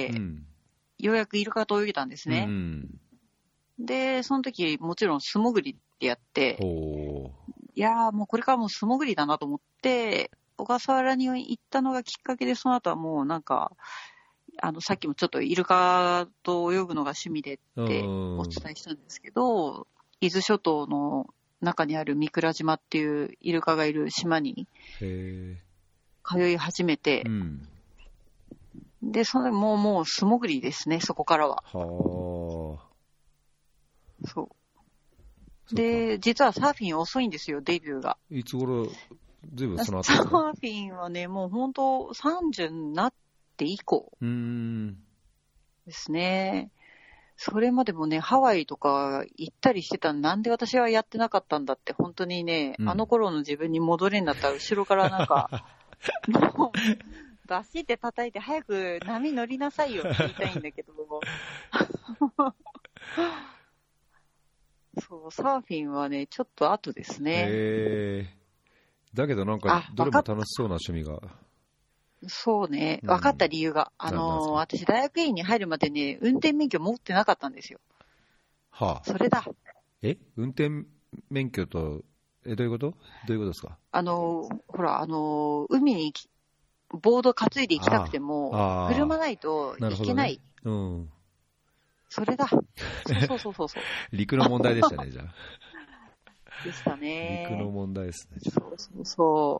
ようやくイルカと泳げたんですね。で、その時もちろん素潜りってやって、いやーもうこれからもう素潜りだなと思って、小笠原に行ったのがきっかけで、その後はもうなんか、さっきもちょっとイルカと泳ぐのが趣味でってお伝えしたんですけど、伊豆諸島の中にある三倉島っていうイルカがいる島に通い始めて、で、それもう素潜りですね、そこからは。そう。で、実はサーフィン遅いんですよ、デビューが。 いつ頃、ずいぶんその後サーフィンはね、もう本当30になって以降ですね。それまでもね、ハワイとか行ったりしてたんで、なんで私はやってなかったんだって、本当にね、あの頃の自分に戻れんだったら、後ろからなんか、もう、バシって叩いて、早く波乗りなさいよって言いたいんだけど、そう、サーフィンはね、ちょっと後ですね。 だけどなんか、どれも楽しそうな趣味が。 そうね、分かった理由が。私、大学院に入るまでね、運転免許持ってなかったんですよ。それだ。 運転免許と、どういうことですか？ ほら、海にボード担いで行きたくても、車ないと行けない。それだ。そう。 陸の問題でしたね、じゃあ。 でしたね。 陸の問題ですね。 そう。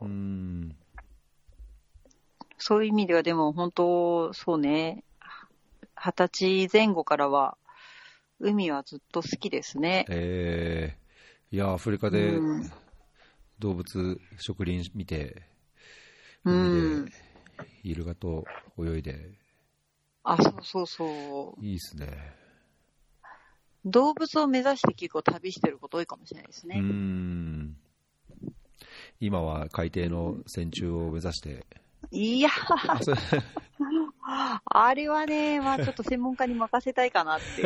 そういう意味では、でも本当、そうね、20歳前後からは、海はずっと好きですね。 いや、アフリカで動物、植林見て、海でイルカと泳いで。 そう。 いいですね。 動物を目指して結構旅してること多いかもしれないですね。 今は海底の線虫を目指して。 いやあれはね、まあちょっと専門家に任せたいかなっていう。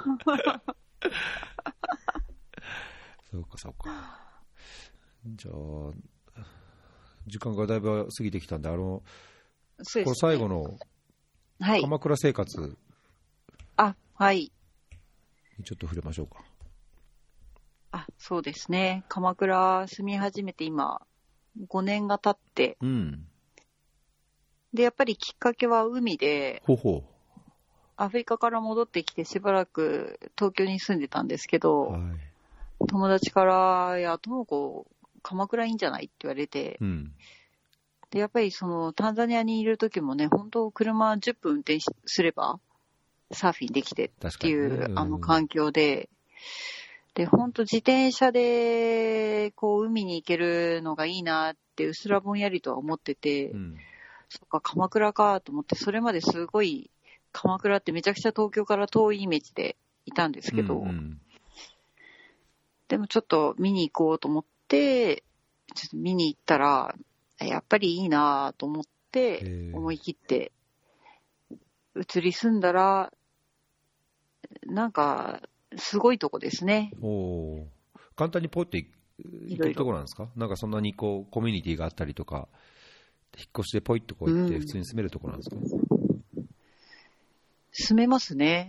そうか。じゃあ、時間がだいぶ過ぎてきたんで、この最後の鎌倉生活、 はい。 ちょっと触れましょうか。 そうですね。鎌倉住み始めて今、5年が経って、で、やっぱりきっかけは海で、アフリカから戻ってきてしばらく東京に住んでたんですけど、友達から、いや、ともこ、鎌倉いいんじゃないって言われて、で、やっぱりそのタンザニアにいる時もね、本当車10分運転すればサーフィンできてっていう、環境で、で、本当自転車でこう海に行けるのがいいなってうすらぼんやりとは思ってて、そっか、鎌倉かと思って、それまですごい鎌倉ってめちゃくちゃ東京から遠いイメージでいたんですけど、でもちょっと見に行こうと思って、ちょっと見に行ったら、やっぱりいいなと思って、思い切って移り住んだら、なんか、すごいとこですね。 簡単にポイって行くところなんですか？なんかそんなにこうコミュニティがあったりとか、引っ越しでポイッとこう行って普通に住めるところなんですか？ 住めますね。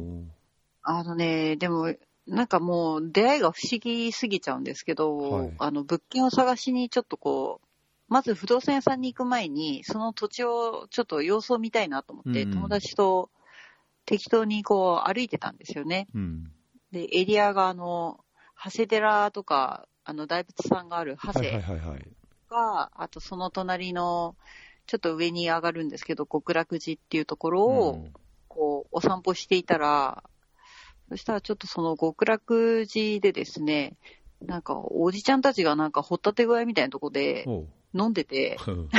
でも、なんかもう出会いが不思議すぎちゃうんですけど、 はい、 物件を探しにちょっとこう、まず不動産屋さんに行く前に、その土地をちょっと様子を見たいなと思って、友達と適当にこう歩いてたんですよね。で、エリアが長谷寺とか、大仏さんがある長谷が、あとその隣の、ちょっと上に上がるんですけど、極楽寺っていうところを、こう、お散歩していたら、そしたらちょっとその極楽寺でですね、なんかおじちゃんたちがなんか掘ったて小屋みたいなとこで飲んでて、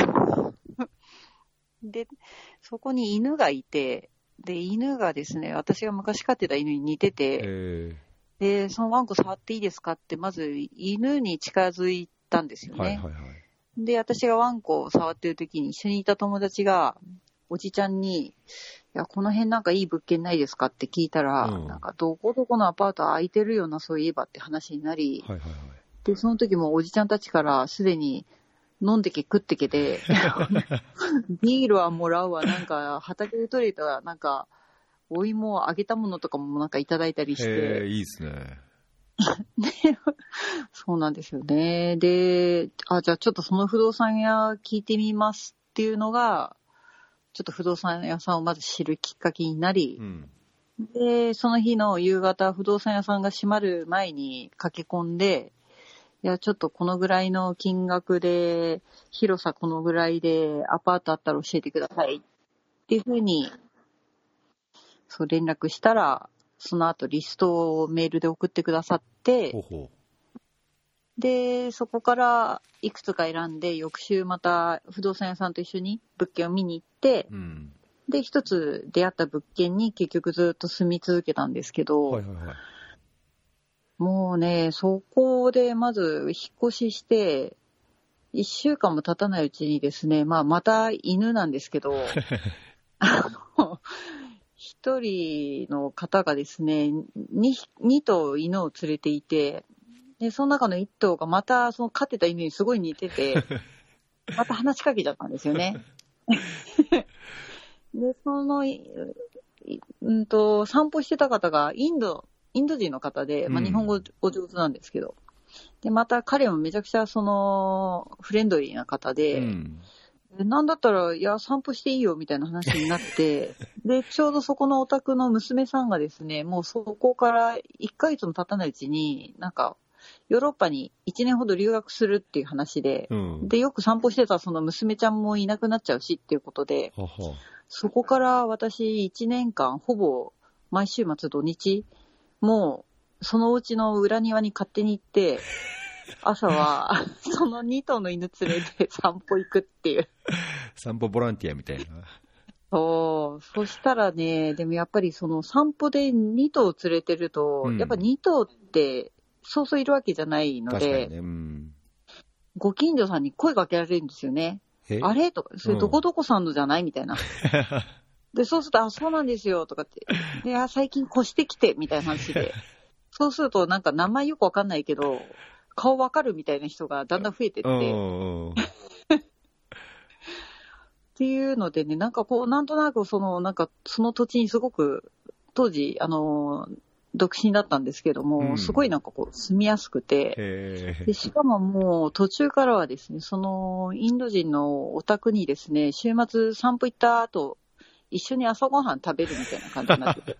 で、そこに犬がいて、で、犬がですね、私が昔飼ってた犬に似てて、で、そのワンコ触っていいですかって、まず犬に近づいたんですよね。で、私がワンコを触ってる時に一緒にいた友達が、おじちゃんに、いや、この辺なんかいい物件ないですかって聞いたら、なんかどこどこのアパート空いてるような、そういえばって話になり、で、その時もおじちゃんたちからすでに飲んでけ食ってけで、ビールはもらうわ、なんか畑で採れた、なんか、お芋揚げたものとかもなんかいただいたりして。 いいですね。 そうなんですよね。で、じゃあちょっとその不動産屋聞いてみますっていうのが、ちょっと不動産屋さんをまず知るきっかけになり、で、その日の夕方、不動産屋さんが閉まる前に駆け込んで、いや、ちょっとこのぐらいの金額で、広さこのぐらいで、アパートあったら教えてくださいっていうふうに、そう連絡したら、その後リストをメールで送ってくださって、で、そこからいくつか選んで、翌週また不動産屋さんと一緒に物件を見に行って、で、一つ出会った物件に結局ずっと住み続けたんですけど、もうね、そこでまず引っ越しして、1週間も経たないうちにですね、また犬なんですけど、一人の方がですね、2頭犬を連れていて、で、その中の1頭がまたその飼ってた犬にすごい似てて、また話しかけちゃったんですよね。で、散歩してた方がインド人の方で、日本語お上手なんですけど、で、また彼もめちゃくちゃフレンドリーな方で、なんだったら、いや、散歩していいよみたいな話になって、で、ちょうどそこのお宅の娘さんがですね、もうそこから1ヶ月も経たないうちに、なんか、ヨーロッパに1年ほど留学するっていう話で、で、よく散歩してたその娘ちゃんもいなくなっちゃうしっていうことで、そこから私1年間ほぼ毎週末土日、もうそのうちの裏庭に勝手に行って、朝はその2頭の犬連れて散歩行くっていう。 散歩ボランティアみたいな。 そしたらね、でもやっぱりその散歩で2頭連れてると、やっぱ2頭ってそうそういるわけじゃないので、ご近所さんに声かけられるんですよね。あれとか、それどこどこさんのじゃないみたいな。で、そうすると、そうなんですよとかって。で、最近越してきてみたいな話で。そうすると、なんか名前よくわかんないけど、顔わかるみたいな人がだんだん増えてって。っていうのでね、なんかこう、なんとなくなんかその土地にすごく、当時、独身だったんですけども、すごいなんかこう、住みやすくて、で、しかももう途中からはですね、そのインド人のお宅にですね、週末散歩行った後、一緒に朝ごはん食べるみたいな感じになってて。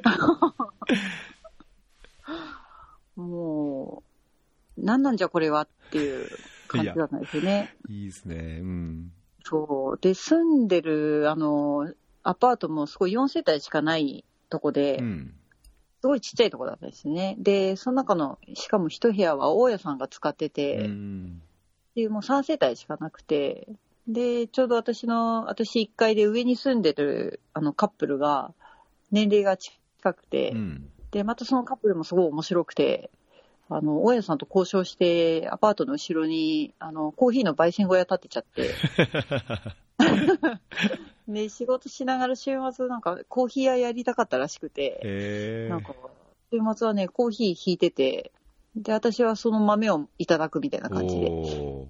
もう、なんなんじゃこれはっていう感じだったんですよね。 いいですね。 そう。で、住んでる、アパートもすごい4世帯しかないとこで、すごいちっちゃいとこだったんですね。で、その中の、しかも一部屋は大家さんが使ってて、で、もう3世帯しかなくて、で、ちょうど私1階で上に住んでる、カップルが、年齢が近くて、で、またそのカップルもすごい面白くて、大家さんと交渉して、アパートの後ろに、コーヒーの焙煎小屋建てちゃって、で、仕事しながら週末なんかコーヒー屋やりたかったらしくて、なんか、週末はね、コーヒー引いてて、で、私はその豆をいただくみたいな感じで。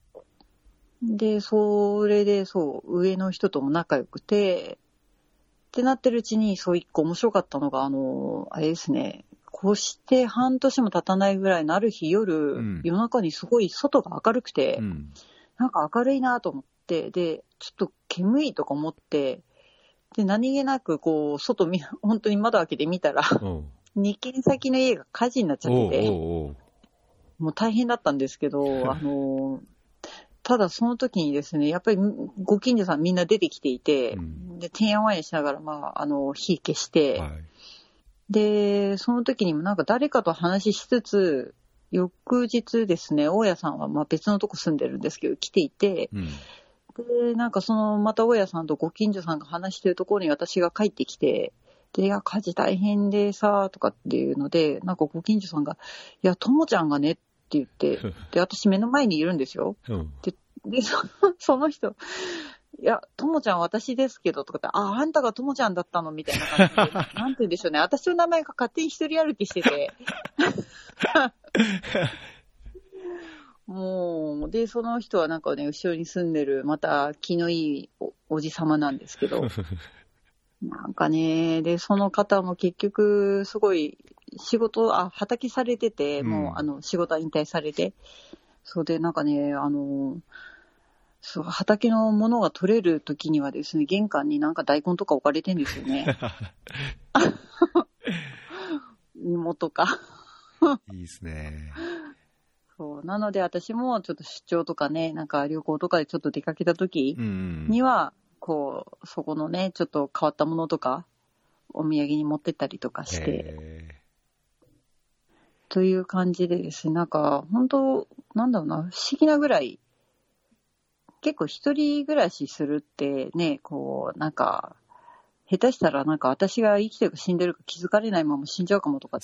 で、それで、上の人とも仲良くて、 ってなってるうちに、そう一個面白かったのが、あれですね、こうして半年も経たないぐらいのある日夜、夜中にすごい外が明るくて、なんか明るいなと思って、で、ちょっと煙いとか思って、で、何気なくこう、本当に窓開けてみたら、2軒先の家が火事になっちゃってて、もう大変だったんですけど、ただその時にですね、やっぱりご近所さんみんな出てきていて、で、てんやわんやしながら、火消して、で、その時にもなんか誰かと話しつつ、翌日ですね、大家さんは別のとこ住んでるんですけど、来ていて、で、なんかまた大家さんとご近所さんが話してるところに私が帰ってきて、で、いや、火事大変でさ、とかっていうので、なんかご近所さんが、いや、ともちゃんがねって言って、で、私目の前にいるんですよ。で、その人、いや、ともちゃん私ですけど、とかって、あんたがともちゃんだったのみたいな感じで、なんて言うんでしょうね、私の名前が勝手に一人歩きしてて。もう、で、その人はなんかね、後ろに住んでる、また気のいい おじさまなんですけど、なんかね、で、その方も結局、すごい、畑されてて、もう、仕事は引退されて、そうで、なんかね、そう、畑のものが取れる時にはですね、玄関になんか大根とか置かれてんですよね。芋とか。 いいですね。 そう。なので私もちょっと出張とかね、なんか旅行とかでちょっと出かけた時には、こう、そこのね、ちょっと変わったものとか、お土産に持ってったりとかして、という感じでですね、なんか、本当なんだろうな、不思議なぐらい、結構一人暮らしするってね、こう、なんか、下手したらなんか私が生きてるか死んでるか気づかれないまま死んじゃうかもとかって、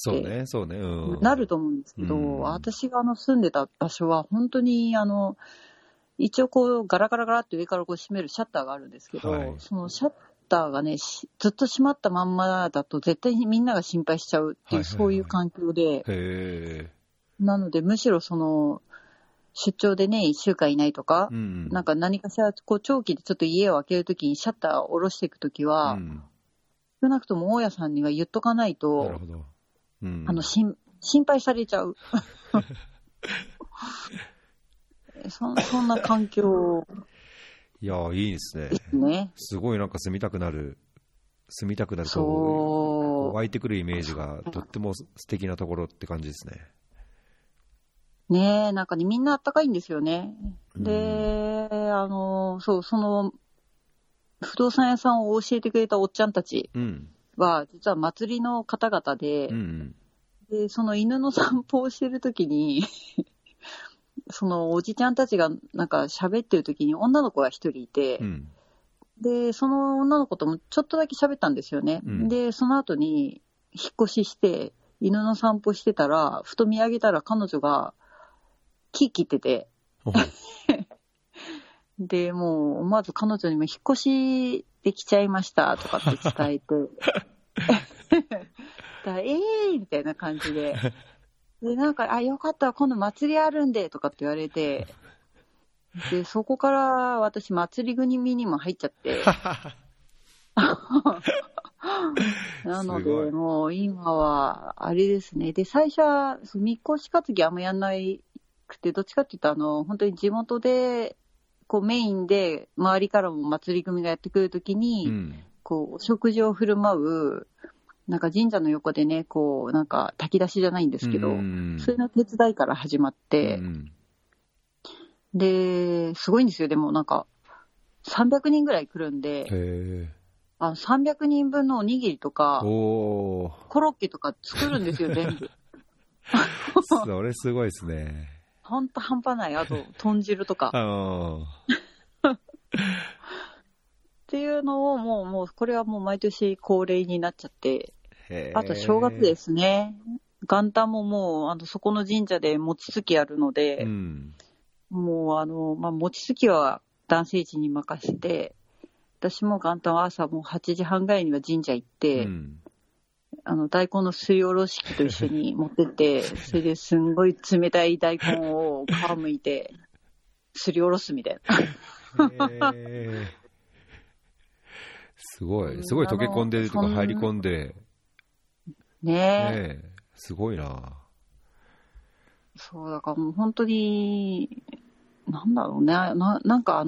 そうね、 なると思うんですけど、私が住んでた場所は本当に一応こうガラガラガラって上からこう閉めるシャッターがあるんですけど、そのシャッターがね、ずっと閉まったまんまだと絶対にみんなが心配しちゃうっていう、そういう環境で、なのでむしろ出張でね、1週間いないとか、なんか何かしらこう長期でちょっと家を開けるときにシャッターを下ろしていくときは、少なくとも大家さんには言っとかないと、心配されちゃう。そんな環境。 いや、いいですね。すごいなんか住みたくなると湧いてくるイメージがとっても素敵なところって感じですね。 ねえ、なんかね、みんなあったかいんですよね。で、そう、不動産屋さんを教えてくれたおっちゃんたちは、実は祭りの方々で、で、その犬の散歩をしてるときに、そのおじちゃんたちがなんか喋ってるときに女の子が一人いて、で、その女の子ともちょっとだけ喋ったんですよね。で、その後に引っ越しして、犬の散歩してたら、ふと見上げたら彼女が木切ってて、で、もう思わず彼女にも引っ越しできちゃいましたとかって伝えて、みたいな感じで、で、なんか、よかったら今度祭りあるんでとかって言われて、で、そこから私祭り組にも入っちゃって、なので、もう今は、あれですね。で、最初は、みこし担ぎあんまやんないくて、どっちかっていうと、本当に地元で、こうメインで、周りからも祭り組がやってくるときに、こう、お食事を振る舞う、なんか神社の横でね、こう、なんか炊き出しじゃないんですけど、それの手伝いから始まって、で、すごいんですよ。でもなんか、300人ぐらい来るんで、300人分のおにぎりとか、コロッケとか作るんですよ、全部。 それすごいですね。 ほんと半端ない。あと、豚汁とか。っていうのをもう、これはもう毎年恒例になっちゃって、あと正月ですね。元旦ももう、そこの神社で餅つきやるので、もう餅つきは男性陣に任せて、私も元旦は朝もう8時半ぐらいには神社行って、大根のすりおろし器と一緒に持ってって、それですんごい冷たい大根を皮むいて、すりおろすみたいな。 すごい溶け込んでるとか入り込んで、 ねえ、すごいな。 そう、だからもう本当に、なんだろうね、なんか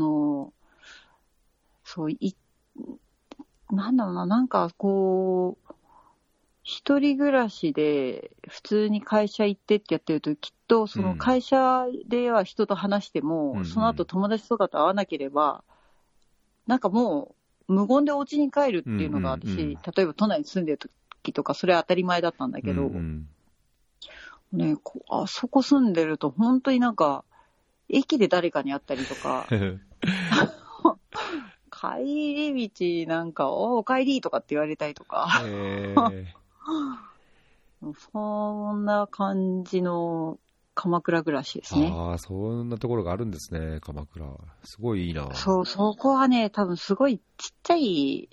そう、なんだろうな、なんかこう、一人暮らしで普通に会社行ってってやってると、きっとその会社では人と話しても、その後友達とかと会わなければ、なんかもう無言でお家に帰るっていうのが私、例えば都内に住んでる時とか、それは当たり前だったんだけど、ね、あそこ住んでると本当になんか、駅で誰かに会ったりとか、帰り道なんか、お帰りとかって言われたりとか、そんな感じの鎌倉暮らしですね。 ああ、そんなところがあるんですね、鎌倉。すごいいいな。 そう、そこはね、多分すごいちっちゃい、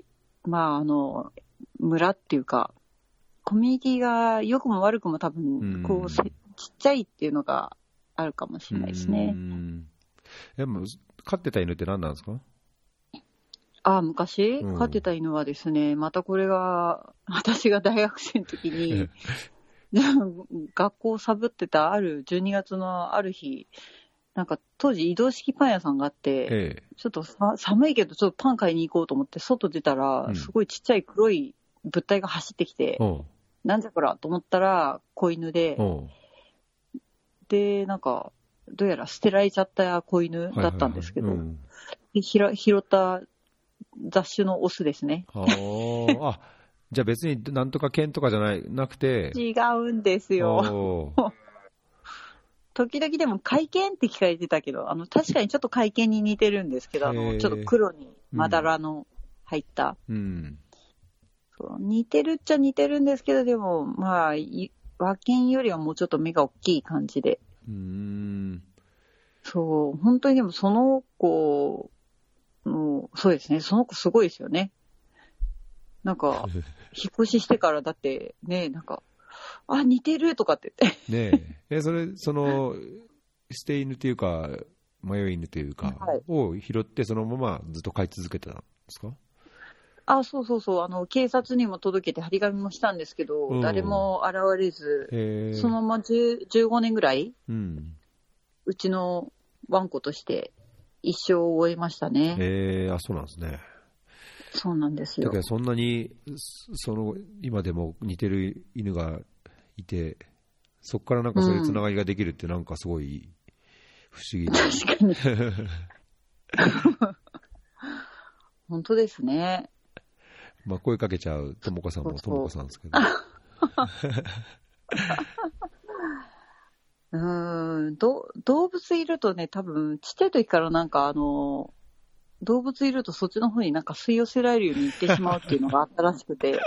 村っていうか、コミュニティが良くも悪くも多分、こう、ちっちゃいっていうのがあるかもしれないですね。 でも、飼ってた犬って何なんですか？ 昔、飼ってた犬はですね、またこれが、私が大学生の時に、学校をサボってた12月のある日、なんか当時移動式パン屋さんがあって、ちょっと寒いけどちょっとパン買いに行こうと思って外出たら、すごいちっちゃい黒い物体が走ってきて、なんじゃこらと思ったら子犬で、で、なんか、どうやら捨てられちゃった子犬だったんですけど、拾った雑種のオスですね。 じゃあ別になんとか犬とかじゃなくて。 違うんですよ。時々でも甲斐犬って聞かれてたけど、確かにちょっと甲斐犬に似てるんですけど、ちょっと黒にまだらの入った。そう似てるっちゃ似てるんですけど、でも、和犬よりはもうちょっと目が大きい感じで。そう、本当にでもその子、そうですね、その子すごいですよね。なんか、引っ越ししてからだってね、なんか、似てるとかって言って。 ねえ。その、捨て犬というか、迷い犬というか、を拾って、そのままずっと飼い続けてたんですか？ そう、警察にも届けて張り紙もしたんですけど、誰も現れず、そのまま15年ぐらい、うちのワンコとして一生を終えましたね。 そうなんですね。 そうなんですよ。 だからそんなに今でも似てる犬がいて、そこからなんかそういうつながりができるってなんかすごい不思議で、 確かに本当ですね。 声かけちゃうともこさんもともこさんですけど動物いるとね、多分ちっちゃい時からなんか動物いるとそっちの方になんか吸い寄せられるように行ってしまうっていうのがあったらしくて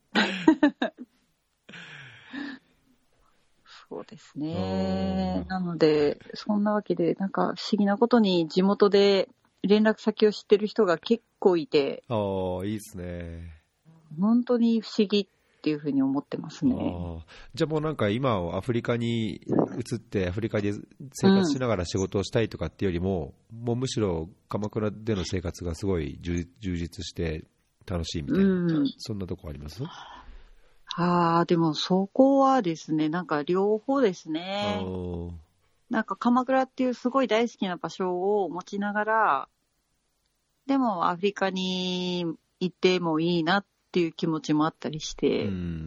そうですね。なのでそんなわけでなんか不思議なことに地元で連絡先を知ってる人が結構いて、 いいですね。 本当に不思議っていうふうに思ってますね。 じゃあもうなんか今アフリカに移ってアフリカで生活しながら仕事をしたいとかっていうよりも、もうむしろ鎌倉での生活がすごい充実して楽しいみたいな、そんなとこあります？ でもそこはですね、なんか両方ですね。なんか鎌倉っていうすごい大好きな場所を持ちながら、でもアフリカに行ってもいいなっていう気持ちもあったりして、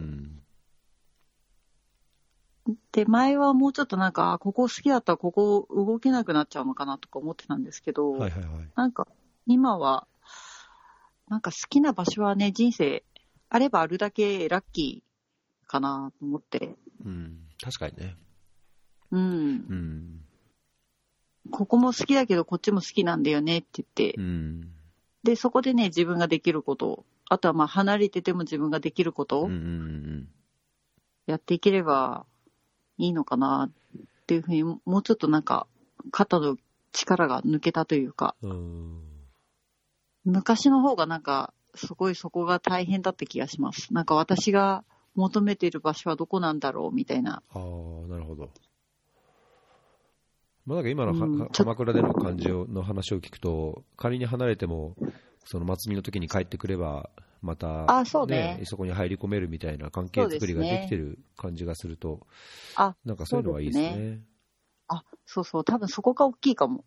で、前はもうちょっとなんか、ここ好きだったらここ動けなくなっちゃうのかなとか思ってたんですけど、なんか今は、なんか好きな場所はね、人生あればあるだけラッキーかなと思って。 確かにね。 ここも好きだけどこっちも好きなんだよねって言って、でそこでね自分ができること、あとは離れてても自分ができることやっていければいいのかなっていうふうに、もうちょっとなんか肩の力が抜けたというか、昔の方がなんかすごいそこが大変だった気がします。なんか私が求めている場所はどこなんだろうみたいな。 なるほど。なんか今の鎌倉での感じの話を聞くと、仮に離れてもその祭りの時に帰ってくればまた、 そうね、 そこに入り込めるみたいな関係作りができてる感じがすると、なんかそういうのはいいですね。 そうそう、多分そこが大きいかも。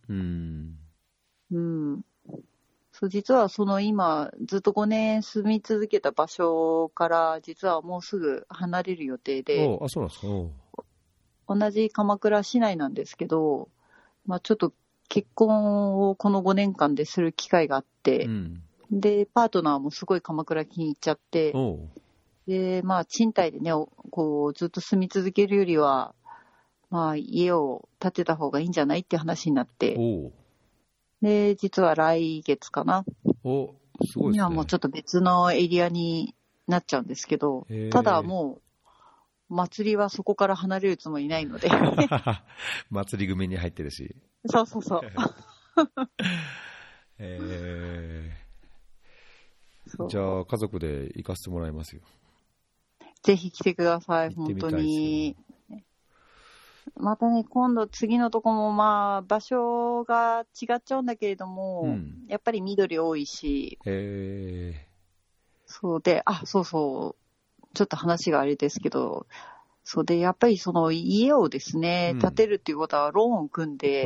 そう、実はその今、ずっと5年住み続けた場所から、実はもうすぐ離れる予定で、 そうなんですか。 同じ鎌倉市内なんですけど、ちょっと結婚をこの5年間でする機会があって、で、パートナーもすごい鎌倉気に入っちゃって、で、賃貸でね、こう、ずっと住み続けるよりは、家を建てた方がいいんじゃないって話になって、で、実は来月かな。 すごいですね。 今もうちょっと別のエリアになっちゃうんですけど、ただもう、祭りはそこから離れるつもりないので。 祭り組に入ってるし。 そう。 じゃあ家族で行かせてもらいますよ。 ぜひ来てください、本当に。またね、今度次のとこも場所が違っちゃうんだけれども、やっぱり緑多いし、そうで、そうそう、ちょっと話があれですけど、そうで、やっぱりその家をですね、建てるっていうことはローンを組んで、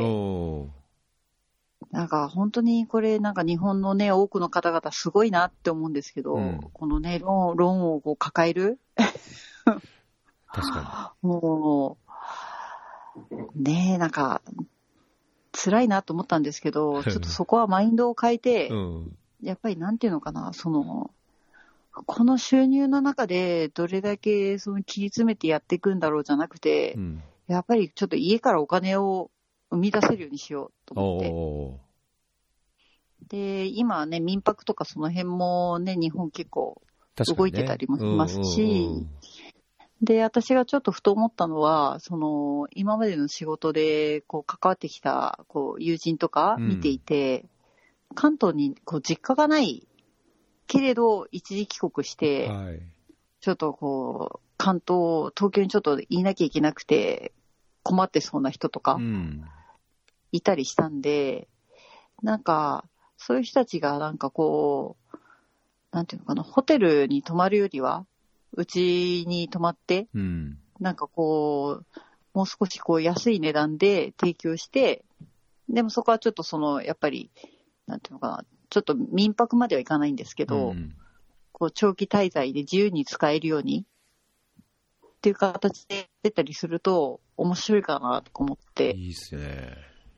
なんか本当にこれなんか日本のね、多くの方々すごいなって思うんですけど、このね、ローンをこう抱える確かに。もう、ね、なんか、辛いなと思ったんですけど、ちょっとそこはマインドを変えて、やっぱりなんていうのかな、この収入の中でどれだけその切り詰めてやっていくんだろうじゃなくて、やっぱりちょっと家からお金を生み出せるようにしようと思って。で、今ね、民泊とかその辺もね、日本結構動いてたりもしますし、で、私がちょっとふと思ったのは、今までの仕事でこう関わってきたこう友人とか見ていて、関東にこう実家がないけれど一時帰国して、ちょっとこう東京にちょっといなきゃいけなくて困ってそうな人とかいたりしたんで、なんかそういう人たちがなんかこう、なんていうのかな、ホテルに泊まるよりはうちに泊まって、なんかこう、もう少しこう安い値段で提供して、でもそこはちょっとやっぱり、なんていうのかな、ちょっと民泊まではいかないんですけど、こう長期滞在で自由に使えるようにっていう形で出たりすると面白いかなと思って。 いいっすね。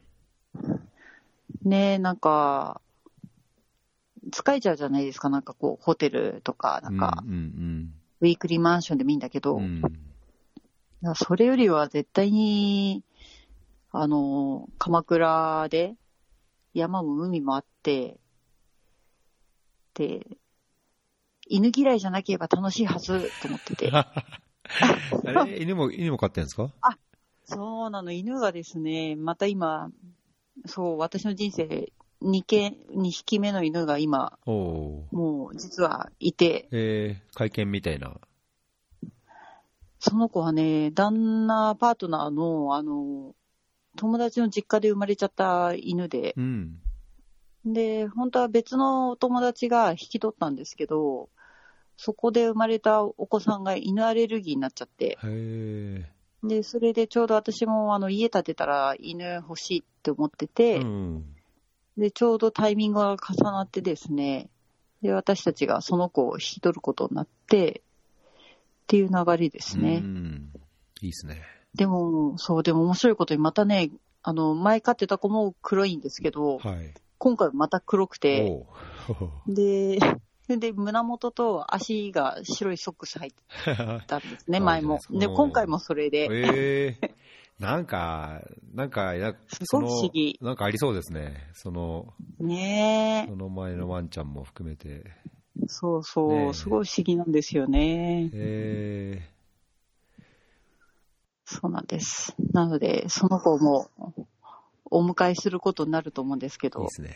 ね、なんか、使えちゃうじゃないですか、なんかこう、ホテルとか、なんか、ウィークリーマンションでもいいんだけど、それよりは絶対に、鎌倉で山も海もあって、で、犬嫌いじゃなければ楽しいはずと思ってて。 あれ、犬も飼ってるんですか？ そうなの、犬がですね、また今、そう、私の人生、2匹目の犬が今、もう実はいて。 会見みたいな。 その子はね、パートナーの、友達の実家で生まれちゃった犬で、で、本当は別の友達が引き取ったんですけど、そこで生まれたお子さんが犬アレルギーになっちゃって、で、それでちょうど私も家建てたら犬欲しいって思ってて、で、ちょうどタイミングが重なってですね、で、私たちがその子を引き取ることになって、っていう流れですね。 いいですね。 でも面白いことにまたね、前飼ってた子も黒いんですけど、今回また黒くて、で、胸元と足が白いソックス入ってたんですね、前も。で、今回もそれで。 なんか、 すごい不思議。 なんかありそうですね。 ねえ。 その前のワンちゃんも含めて。 そう、すごい不思議なんですよね。そうなんです。なので、その子もお迎えすることになると思うんですけど。 いいですね。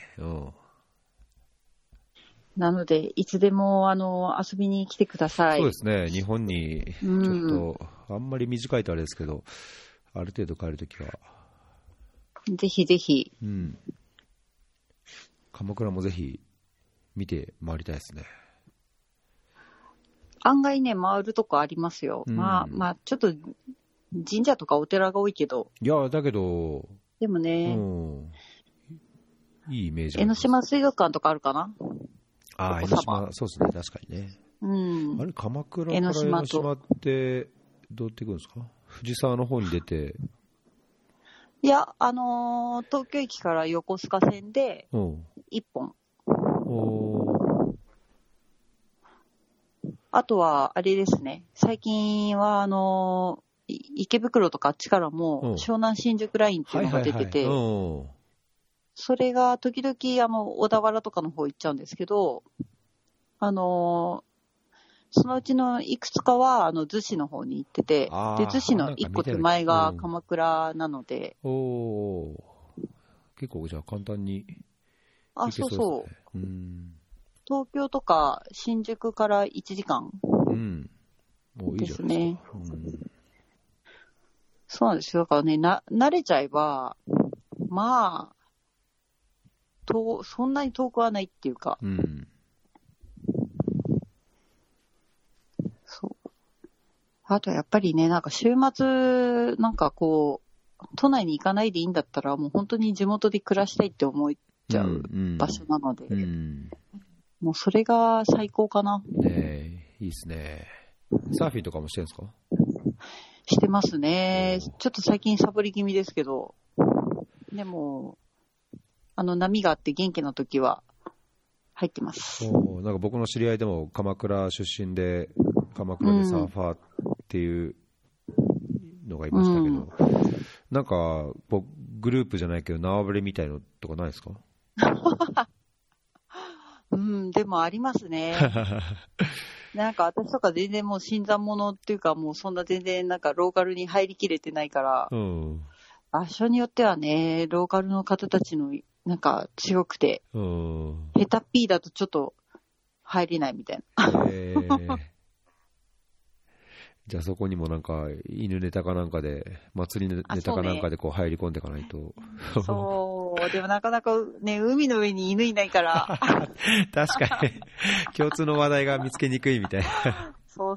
なので、いつでも遊びに来てください。 そうですね。日本にちょっと、あんまり短いとあれですけど、ある程度帰るときは。 ぜひぜひ。 鎌倉もぜひ見て回りたいですね。 案外ね、回るとこありますよ。 うんまあ、ちょっと神社とかお寺が多いけど、 いやだけど、 でもね、 いいイメージ江ノ島水族館とかあるかな。 江ノ島、そうですね、確かにね。あれ、鎌倉から江ノ島ってどうやって行くんですか？藤沢の方に出て。 いや、東京駅から横須賀線で1本。あとは、あれですね、最近は池袋とかあっちからも湘南新宿ラインっていうのが出てて、それが時々小田原とかの方行っちゃうんですけど、そのうちのいくつかは逗子の方に行ってて、で逗子の一個手前が鎌倉なので、 結構じゃあ簡単に行けそうですね。 そう。東京とか新宿から1時間ですね。そうなんですよ。だからね、慣れちゃえば、まあ、そんなに遠くはないっていうか。そう。あとやっぱりね、なんか週末、なんかこう、都内に行かないでいいんだったら、もう本当に地元で暮らしたいって思っちゃう場所なので、もうそれが最高かな。 いいですね。サーフィンとかもしてるんですか？ してますね。ちょっと最近サボり気味ですけど、でも、波があって元気な時は入ってます。 なんか僕の知り合いでも鎌倉出身で、鎌倉でサーファーっていうのがいましたけど、なんかグループじゃないけど縄張りみたいのとかないですか？ でもありますね。なんか私とか全然もう新参者っていうか、もうそんな全然なんかローカルに入りきれてないから、場所によってはね、ローカルの方たちのなんか強くて、下手っぴーだとちょっと入れないみたいな。 じゃあそこにもなんか犬ネタかなんかで、祭りネタかなんかでこう入り込んでいかないと。 そう、でもなかなかね、海の上に犬いないから。 確かに。共通の話題が見つけにくいみたいな。 そう。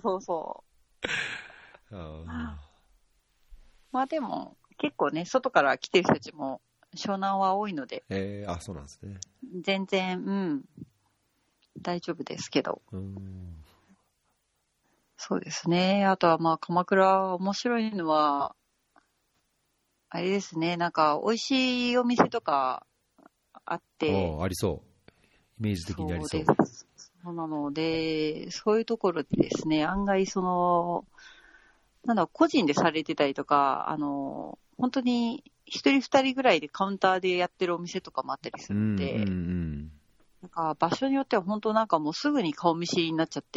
まあでも、結構ね、外から来てる人たちも湘南は多いので。 そうなんですね。 全然、大丈夫ですけど。そうですね。あとはまあ鎌倉面白いのは、あれですね、なんか美味しいお店とかあって。 ありそう。イメージ的にありそう。 そうなので、そういうところでですね、案外個人でされてたりとか、本当に一人二人ぐらいでカウンターでやってるお店とかもあったりするんで、なんか場所によっては本当なんかもうすぐに顔見知りになっちゃって、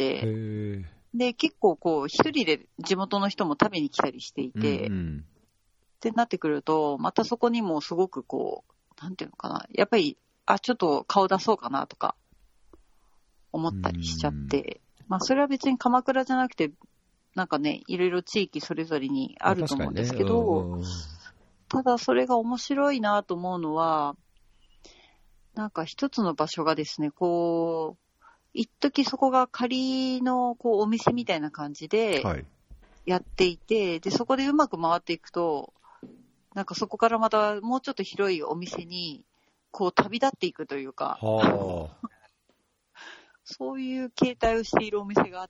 で、結構こう、一人で地元の人も食べに来たりしていて、ってなってくると、またそこにもすごくこう、なんていうのかな、やっぱり、ちょっと顔出そうかなとか、思ったりしちゃって、まあそれは別に鎌倉じゃなくて、なんかね、いろいろ地域それぞれにあると思うんですけど、ただそれが面白いなと思うのは、なんか一つの場所がですね、こう、一時そこが仮のこうお店みたいな感じでやっていて、でそこでうまく回っていくと、なんかそこからまたもうちょっと広いお店にこう旅立っていくというか、そういう形態をしているお店があって、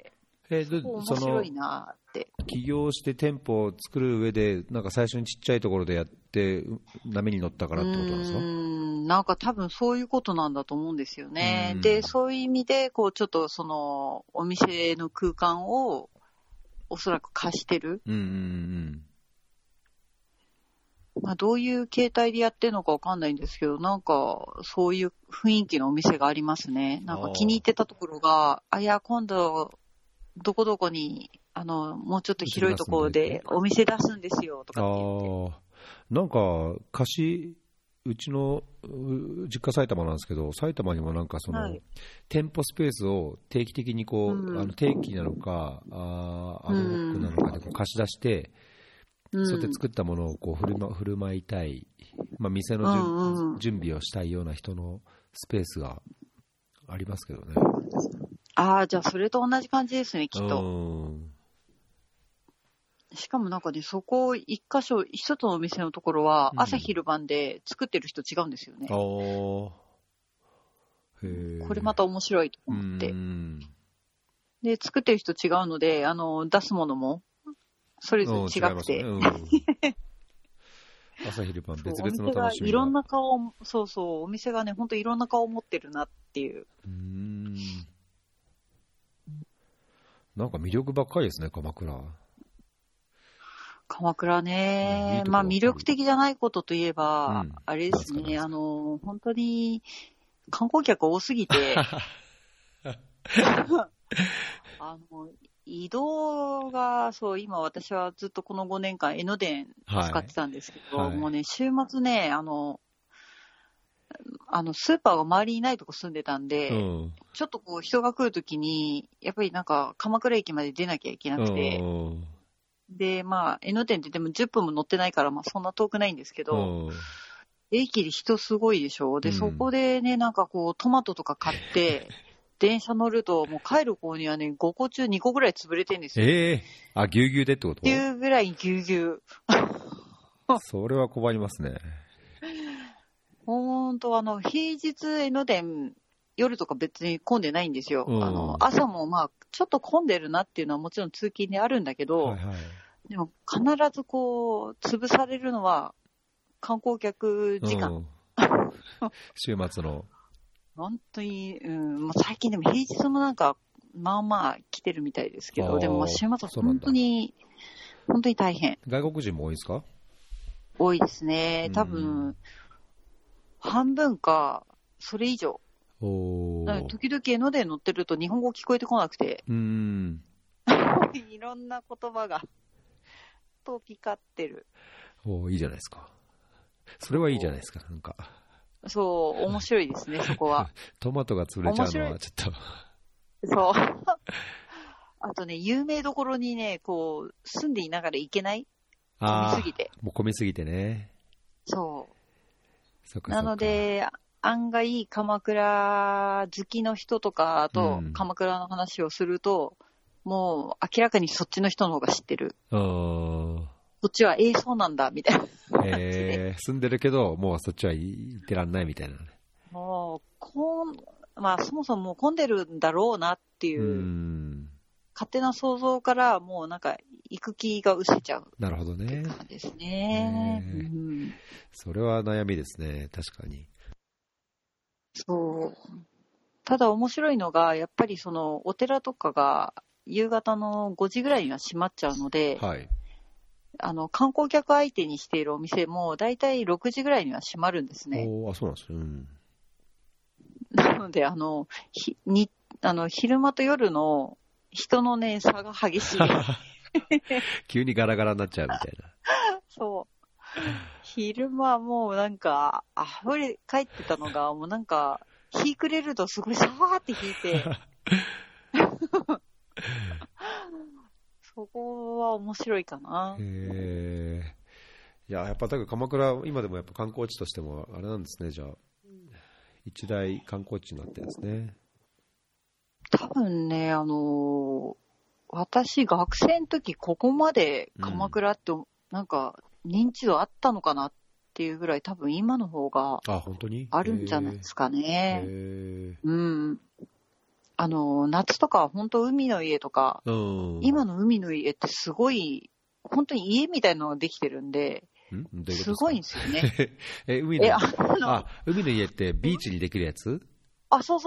面白いなって。 起業して店舗を作る上で、なんか最初にちっちゃいところでやって波に乗ったからってことなんですか？ なんか多分そういうことなんだと思うんですよね。で、そういう意味でこうちょっとそのお店の空間をおそらく貸してる。まあどういう形態でやってるのかわかんないんですけど、なんかそういう雰囲気のお店がありますね。なんか気に入ってたところが、いや今度どこどこにもうちょっと広いところでお店出すんですよとかって言って。 なんかうちの実家埼玉なんですけど、埼玉にもなんか店舗スペースを定期的にこう、定期なのかアドホックなのかでこう貸し出して、そうやって作ったものをこう振る舞いたい、まあ、店の準備をしたいような人のスペースがありますけどね。 ああ、じゃあそれと同じ感じですね、きっと。しかもなんかね、そこ一箇所、一つのお店のところは、朝昼晩で作ってる人違うんですよね。これまた面白いと思って。で、作ってる人違うので、出すものも、それぞれ違くて。 朝昼晩別々の楽しみが。 いろんな顔、そうそう、お店がね、ほんといろんな顔を持ってるなっていう。 なんか魅力ばっかりですね、鎌倉。 鎌倉ね、まあ魅力的じゃないことといえば、あれですね、本当に観光客多すぎて、移動が、そう、今私はずっとこの5年間江ノ電使ってたんですけど、もうね、週末ね、スーパーが周りにないとこ住んでたんで、ちょっとこう人が来るときに、やっぱりなんか鎌倉駅まで出なきゃいけなくて、で、まあ、江ノ電ってでも10分も乗ってないから、まあそんな遠くないんですけど、駅で人すごいでしょ。で、そこでね、なんかこうトマトとか買って、電車乗ると、もう帰る方にはね、5個中2個ぐらい潰れてるんですよ。 あ、ぎゅうぎゅうでってこと？ っていうぐらいぎゅうぎゅう。 それは困りますね。 ほんと、平日江ノ電、夜とか別に混んでないんですよ。朝もまあ、ちょっと混んでるなっていうのはもちろん通勤であるんだけど、でも必ずこう、潰されるのは観光客時間。 週末の。 本当に、まあ、最近でも平日もなんか、まあまあ来てるみたいですけど、でもまあ週末は本当に大変。 外国人も多いですか？ 多いですね。多分、半分か、それ以上。時々江ノ電乗ってると日本語聞こえてこなくて。いろんな言葉が飛び交ってる。 いいじゃないですか。それはいいじゃないですか、なんか。 そう、面白いですね、そこは。 トマトが潰れちゃうのはちょっと。 そう。あとね、有名どころにね、こう、住んでいながら行けない？混みすぎて。 もう混みすぎてね。 そう。なので、案外、鎌倉好きの人とかと鎌倉の話をすると、もう明らかにそっちの人の方が知ってる。そっちはそうなんだみたいな。 住んでるけどもうそっちは行ってらんないみたいな。 もうまあそもそももう混んでるんだろうなっていう勝手な想像からもうなんか行く気が失せちゃう。 なるほどね。 ですね。 それは悩みですね、確かに。 そう。ただ面白いのがやっぱりそのお寺とかが夕方の5時ぐらいには閉まっちゃうので。観光客相手にしているお店もだいたい6時ぐらいには閉まるんですね。 そうなんですね。 なので昼間と夜の人のね差が激しい。 急にガラガラになっちゃうみたいな。 そう。昼間もうなんか溢れ返ってたのがもうなんか日暮れるとすごいさーって引いて。そこは面白いかな。 いや、やっぱだから鎌倉、今でもやっぱ観光地としてもあれなんですね、じゃあ。一大観光地になってるんですね。 多分ね、私学生の時ここまで鎌倉ってなんか認知度あったのかなっていうぐらい多分今の方があるんじゃないですかね。夏とかは本当海の家とか、今の海の家ってすごい、本当に家みたいなのができてるんで、すごいんですよね。 海の家ってビーチにできるやつ？ そう。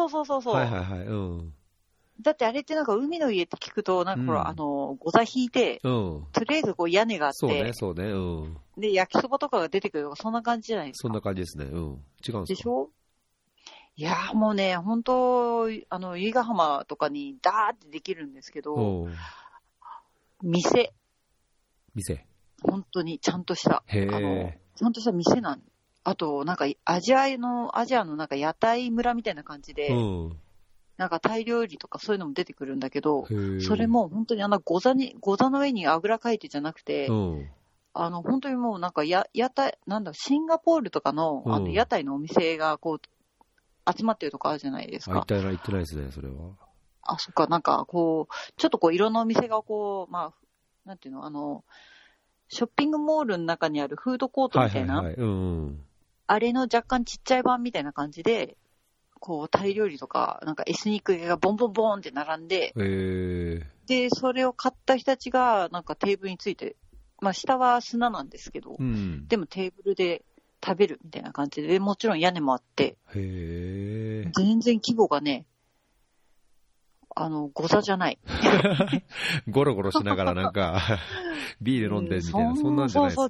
だってあれってなんか海の家って聞くと、なんかほら、ご座引いて、とりあえずこう屋根があって、 そうね。 で、焼きそばとかが出てくるとか、そんな感じじゃないですか。 そんな感じですね。違うんですか？ でしょ？いやーもうね、本当由比ヶ浜とかにダーってできるんですけど、店。本当にちゃんとした、ちゃんとした店なん。あと、なんかアジアのなんか屋台村みたいな感じで、なんかタイ料理とかそういうのも出てくるんだけど、それも本当にご座の上にあぐらかいてじゃなくて、本当にもうなんか屋台、シンガポールとかの、屋台のお店がこう、 集まってるとこあるじゃないですか。 行ってないですね、それは。 あ、そっか、なんかこう、ちょっとこういろんなお店がこう、まあ、なんていうの、ショッピングモールの中にあるフードコートみたいな、 はいはいはい、うんあれの若干ちっちゃい版みたいな感じで、こうタイ料理とか、なんかエスニック系がボンボンボーンって並んで、で、それを買った人たちがなんかテーブルについて、まあ下は砂なんですけど、 うん、 でもテーブルで食べるみたいな感じで、もちろん屋根もあって、全然規模がね、誤差じゃない。 ゴロゴロしながらなんか、ビール飲んでみたいな、そんなんじゃないです。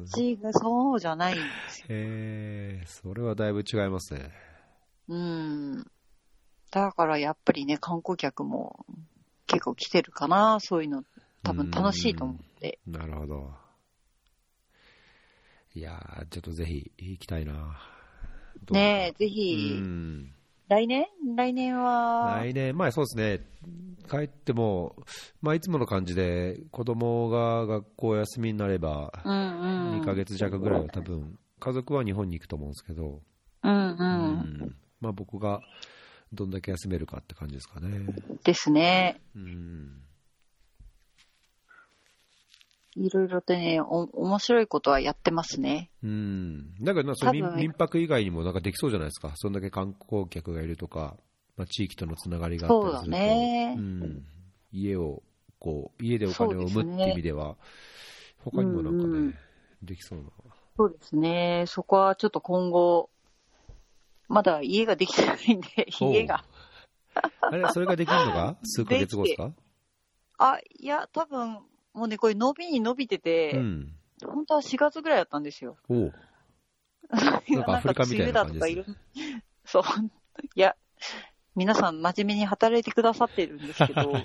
そうじゃないんですよ。 それはだいぶ違いますね。 だからやっぱりね、観光客も結構来てるかな、そういうの。多分楽しいと思って。 なるほど。いやー、ちょっとぜひ行きたいな。 ねえ、ぜひ。来年はまあそうですね。帰っても、まあいつもの感じで、子供が学校休みになれば、2ヶ月弱ぐらいは多分、家族は日本に行くと思うんですけど、まあ僕がどんだけ休めるかって感じですかね。 ですね。いろいろとね、面白いことはやってますね。 だからその民泊以外にもなんかできそうじゃないですか。そんだけ観光客がいるとか、まあ、地域とのつながりがあったりすると。 そうだね。 家でお金を生むっていう意味では、他にもなんかね、できそうな。 そうですね。そこはちょっと今後、まだ家ができてないんで、家が。 あれ、それができるのが数ヶ月後ですか？ いや、多分、もうね、これ伸びてて、本当は4月ぐらいだったんですよ。 なんかアフリカみたいな感じですね。 そう。いや、皆さん真面目に働いてくださってるんですけど、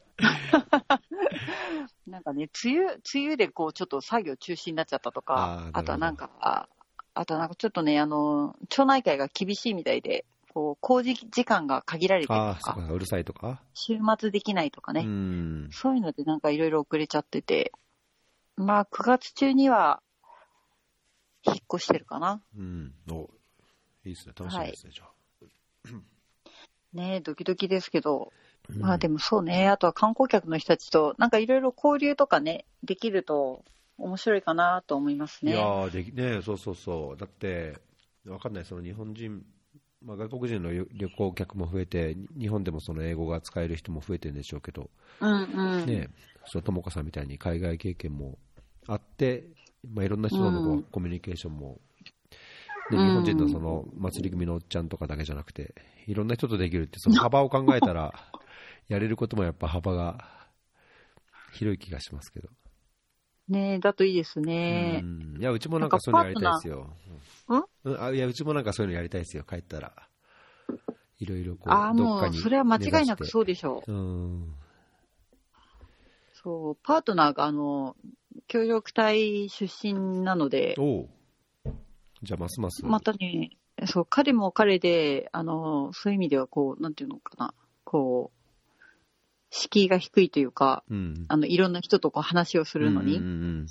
なんかね、梅雨でこう、ちょっと作業中止になっちゃったとか、あとはなんかちょっとね、町内会が厳しいみたいで、こう、工事時間が限られてるとか、 うるさいとか、 週末できないとかね、そういうのでなんかいろいろ遅れちゃってて、まあ、9月中には、引っ越してるかな。 いいですね、楽しみですね、じゃあ。 ねえ、ドキドキですけど、まあでもそうね、あとは観光客の人たちと、なんかいろいろ交流とかね、できると面白いかなと思いますね。 いやー、ね、そう。だって、わかんない、その日本人、まあ、外国人の旅行客も増えて、日本でもその英語が使える人も増えてるんでしょうけど、ね、その友子さんみたいに海外経験もあって、まあ、いろんな人とのコミュニケーションも、日本人のその祭り組のおっちゃんとかだけじゃなくて、いろんな人とできるって、その幅を考えたら、やれることもやっぱ幅が広い気がしますけど。 ねえ、だといいですね。 いや、うちもなんかそういうのやりたいですよ。いや、うちもなんかそういうのやりたいですよ、帰ったら。いろいろこう、どっかに。 もう、それは間違いなくそうでしょう。そう、パートナーが協力隊出身なので、 じゃあますます。 またね、そう、彼も彼で、そういう意味ではこう、なんていうのかな、こう、敷居が低いというか、いろんな人とこう話をするのに。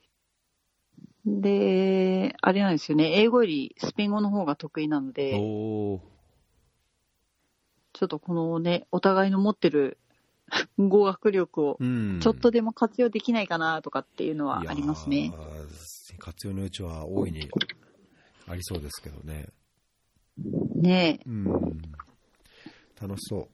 で、あれなんですよね、英語よりスペイン語の方が得意なので、ちょっとこのね、お互いの持ってる語学力をちょっとでも活用できないかなとかっていうのはありますね。 活用の余地は大いにありそうですけどね。 ねえ。 楽しそう。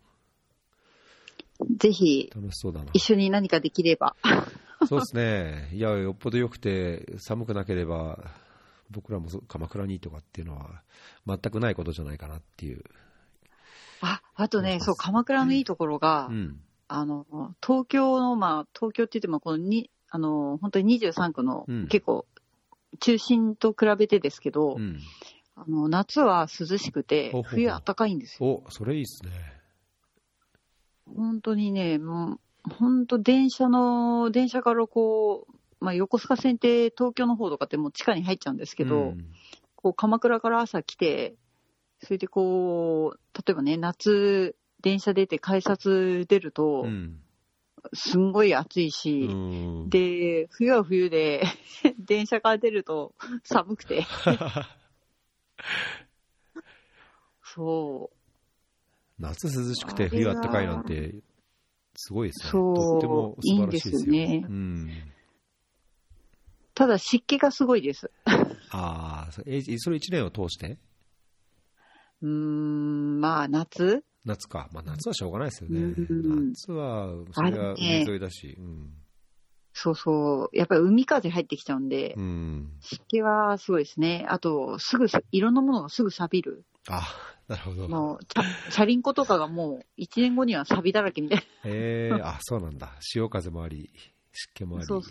ぜひ、 楽しそうだな。 一緒に何かできれば。 そうですね。いや、よっぽど良くて寒くなければ、僕らも鎌倉にとかっていうのは全くないことじゃないかなっていう。 あとね、そう、鎌倉のいいところが、東京の、東京って言っても、本当に23区の結構、中心と比べてですけど、夏は涼しくて、冬は暖かいんですよ。 それいいですね。 本当にね、もう、本当電車からこう、横須賀線って東京の方とかってもう地下に入っちゃうんですけど、こう鎌倉から朝来て、それでこう、例えばね、夏、電車出て改札出ると、すんごい暑いし、で、冬は冬で、電車から出ると寒くて。 そう。 夏涼しくて冬あったかいなんてすごいですね。 そう、 とっても素晴らしいですよ。 いいんですよね。 うん、 ただ湿気がすごいです。 ああ、それ1年を通して？ まあ夏か。まあ夏はしょうがないですよね。夏は、それは海沿いだし。 そうそう。やっぱり海風入ってきちゃうんで、湿気はすごいですね。あと、いろんなものがすぐ錆びる。 あ、なるほど。 もう、チャリンコとかがもう、1年後には錆びだらけみたいな。 あ、そうなんだ。潮風もあり、湿気もあり。 そう。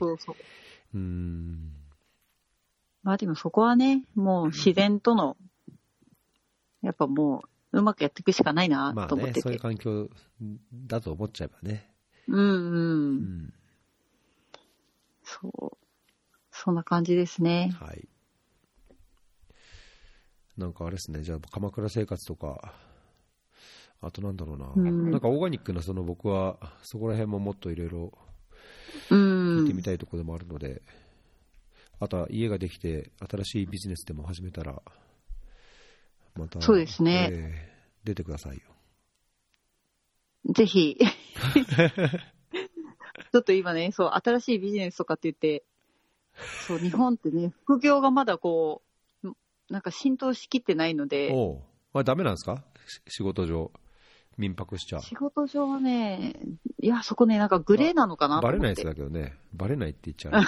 まあでもそこはね、もう自然との、やっぱもう、うまくやっていくしかないなと思ってて。 そういう環境だと思っちゃえばね。 そう。そんな感じですね。 はい。なんかあれですね、じゃあ鎌倉生活とか、あとなんだろうな、なんかオーガニックな僕はそこら辺ももっといろいろ聞いてみたいところでもあるので、あとは家ができて新しいビジネスでも始めたらまたそうですね、 出てくださいよ。 ぜひちょっと今ね、そう新しいビジネスとかって言って、そう日本ってね、副業がまだこうなんか浸透しきってないので。 ダメなんですか？仕事上民泊しちゃう。 仕事上はね、いやそこね、なんかグレーなのかなと思って。 バレないやつだけどね、バレないって言っちゃう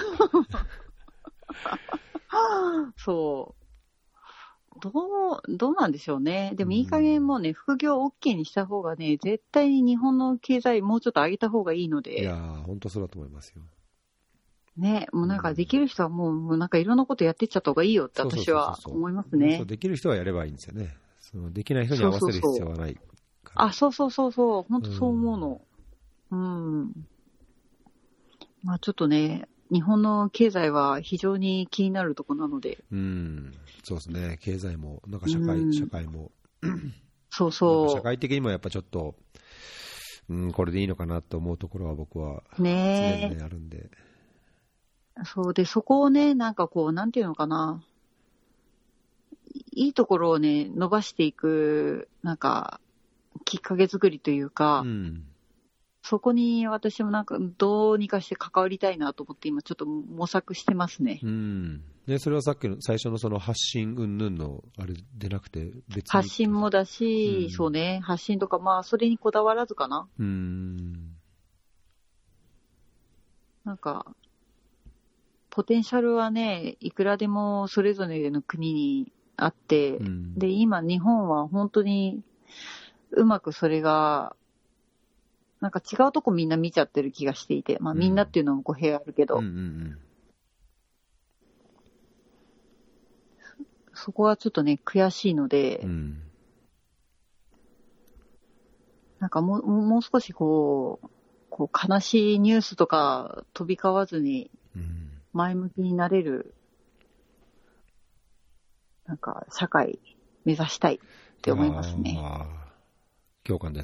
そうどうなんでしょうね。でもいい加減もうね、副業 OK にした方がね、絶対に日本の経済もうちょっと上げた方がいいので。 いやー、本当そうだと思いますよ。 ね、もうなんかできる人はもうなんかいろんなことやってっちゃった方がいいよって私は思いますね。 できる人はやればいいんですよね。できない人に合わせる必要はない。 そう、本当そう思うの。まあちょっとね、日本の経済は非常に気になるところなので。 そうですね。経済もなんか社会もそう社会的にもやっぱちょっとこれでいいのかなと思うところは僕は常々あるんで。 そうで、そこをね、なんかこう、なんていうのかな。いいところをね、伸ばしていく、なんか、きっかけ作りというか、そこに私もなんか、どうにかして関わりたいなと思って、今ちょっと模索してますね。 で、それはさっきの最初のその発信云々のあれでなくて、別に。 発信もだし、そうね、発信とか、まあ、それにこだわらずかな。なんか、ポテンシャルはね、いくらでもそれぞれの国にあって、で、今日本は本当にうまくそれが、なんか違うとこみんな見ちゃってる気がしていて、まあみんなっていうのも語弊あるけど、そこはちょっとね、悔しいので、なんかもう少しこう悲しいニュースとか飛び交わずに、前向きになれる、なんか、社会目指したいって思いますね。 共感です。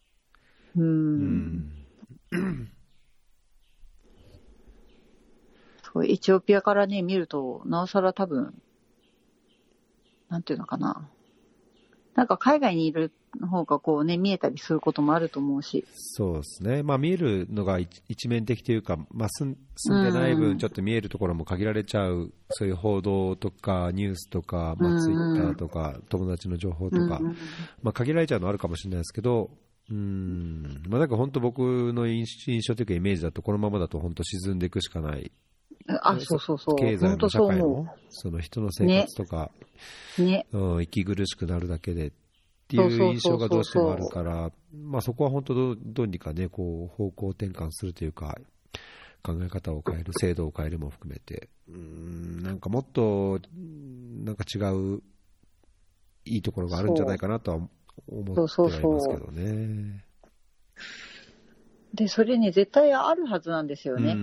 そう、エチオピアからね、見ると、なおさら多分、なんていうのかな。なんか海外にいる方がこうね、見えたりすることもあると思うし。 そうですね。まあ見えるのが一面的というか、まあ住んでない分ちょっと見えるところも限られちゃう、そういう報道とかニュースとか、まあツイッターとか友達の情報とか、まあ限られちゃうのはあるかもしれないですけど、まあなんか本当僕の印象というかイメージだとこのままだと本当沈んでいくしかない。 そう。 経済も社会も、その人の生活とか、息苦しくなるだけでっていう印象がどうしてもあるから、まあそこは本当どうにかね、こう方向転換するというか、考え方を変える、制度を変えるも含めて、なんかもっとなんか違ういいところがあるんじゃないかなとは思ってはいますけどね。 で、それね絶対あるはずなんですよね。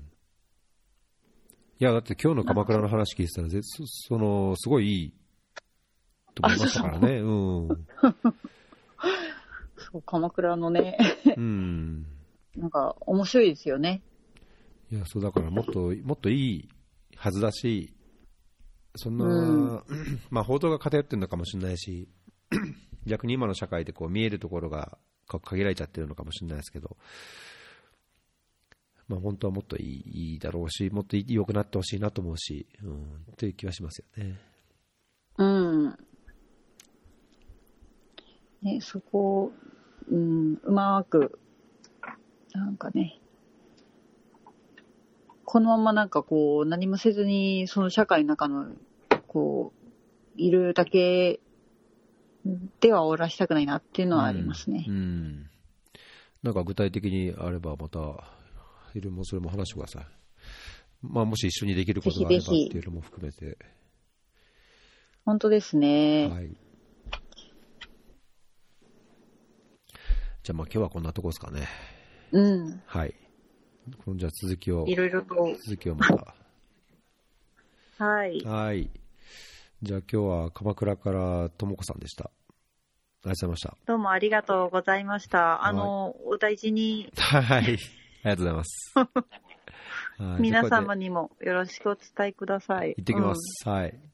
いやだって今日の鎌倉の話聞いてたらすごいいいと思いましたからね。 そう鎌倉のねなんか面白いですよね。 いやそうだからもっといいはずだし、そんな、まあ報道が偏ってるのかもしれないし逆に今の社会でこう見えるところが限られちゃってるのかもしれないですけど、まあ、本当はもっといいだろうし、もっと良くなってほしいなと思うし、という気はしますよね。 ね、そこを、うまく、なんかね、このままなんかこう、何もせずに、その社会の中の、こう、いるだけでは終わらしたくないなっていうのはありますね。 なんか具体的にあればまた、それも話してください。まあ、もし一緒にできることがあればっていうのも含めて。 本当ですね。 はい。じゃあまあ今日はこんなとこですかね。はい。じゃあ続きを。 いろいろと。 続きをまた。 はい。 はい。じゃあ今日は鎌倉からともこさんでした。ありがとうございました。 どうもありがとうございました。お大事に。 はい。ありがとうございます。 皆様にもよろしくお伝えください。 行ってきます。はい。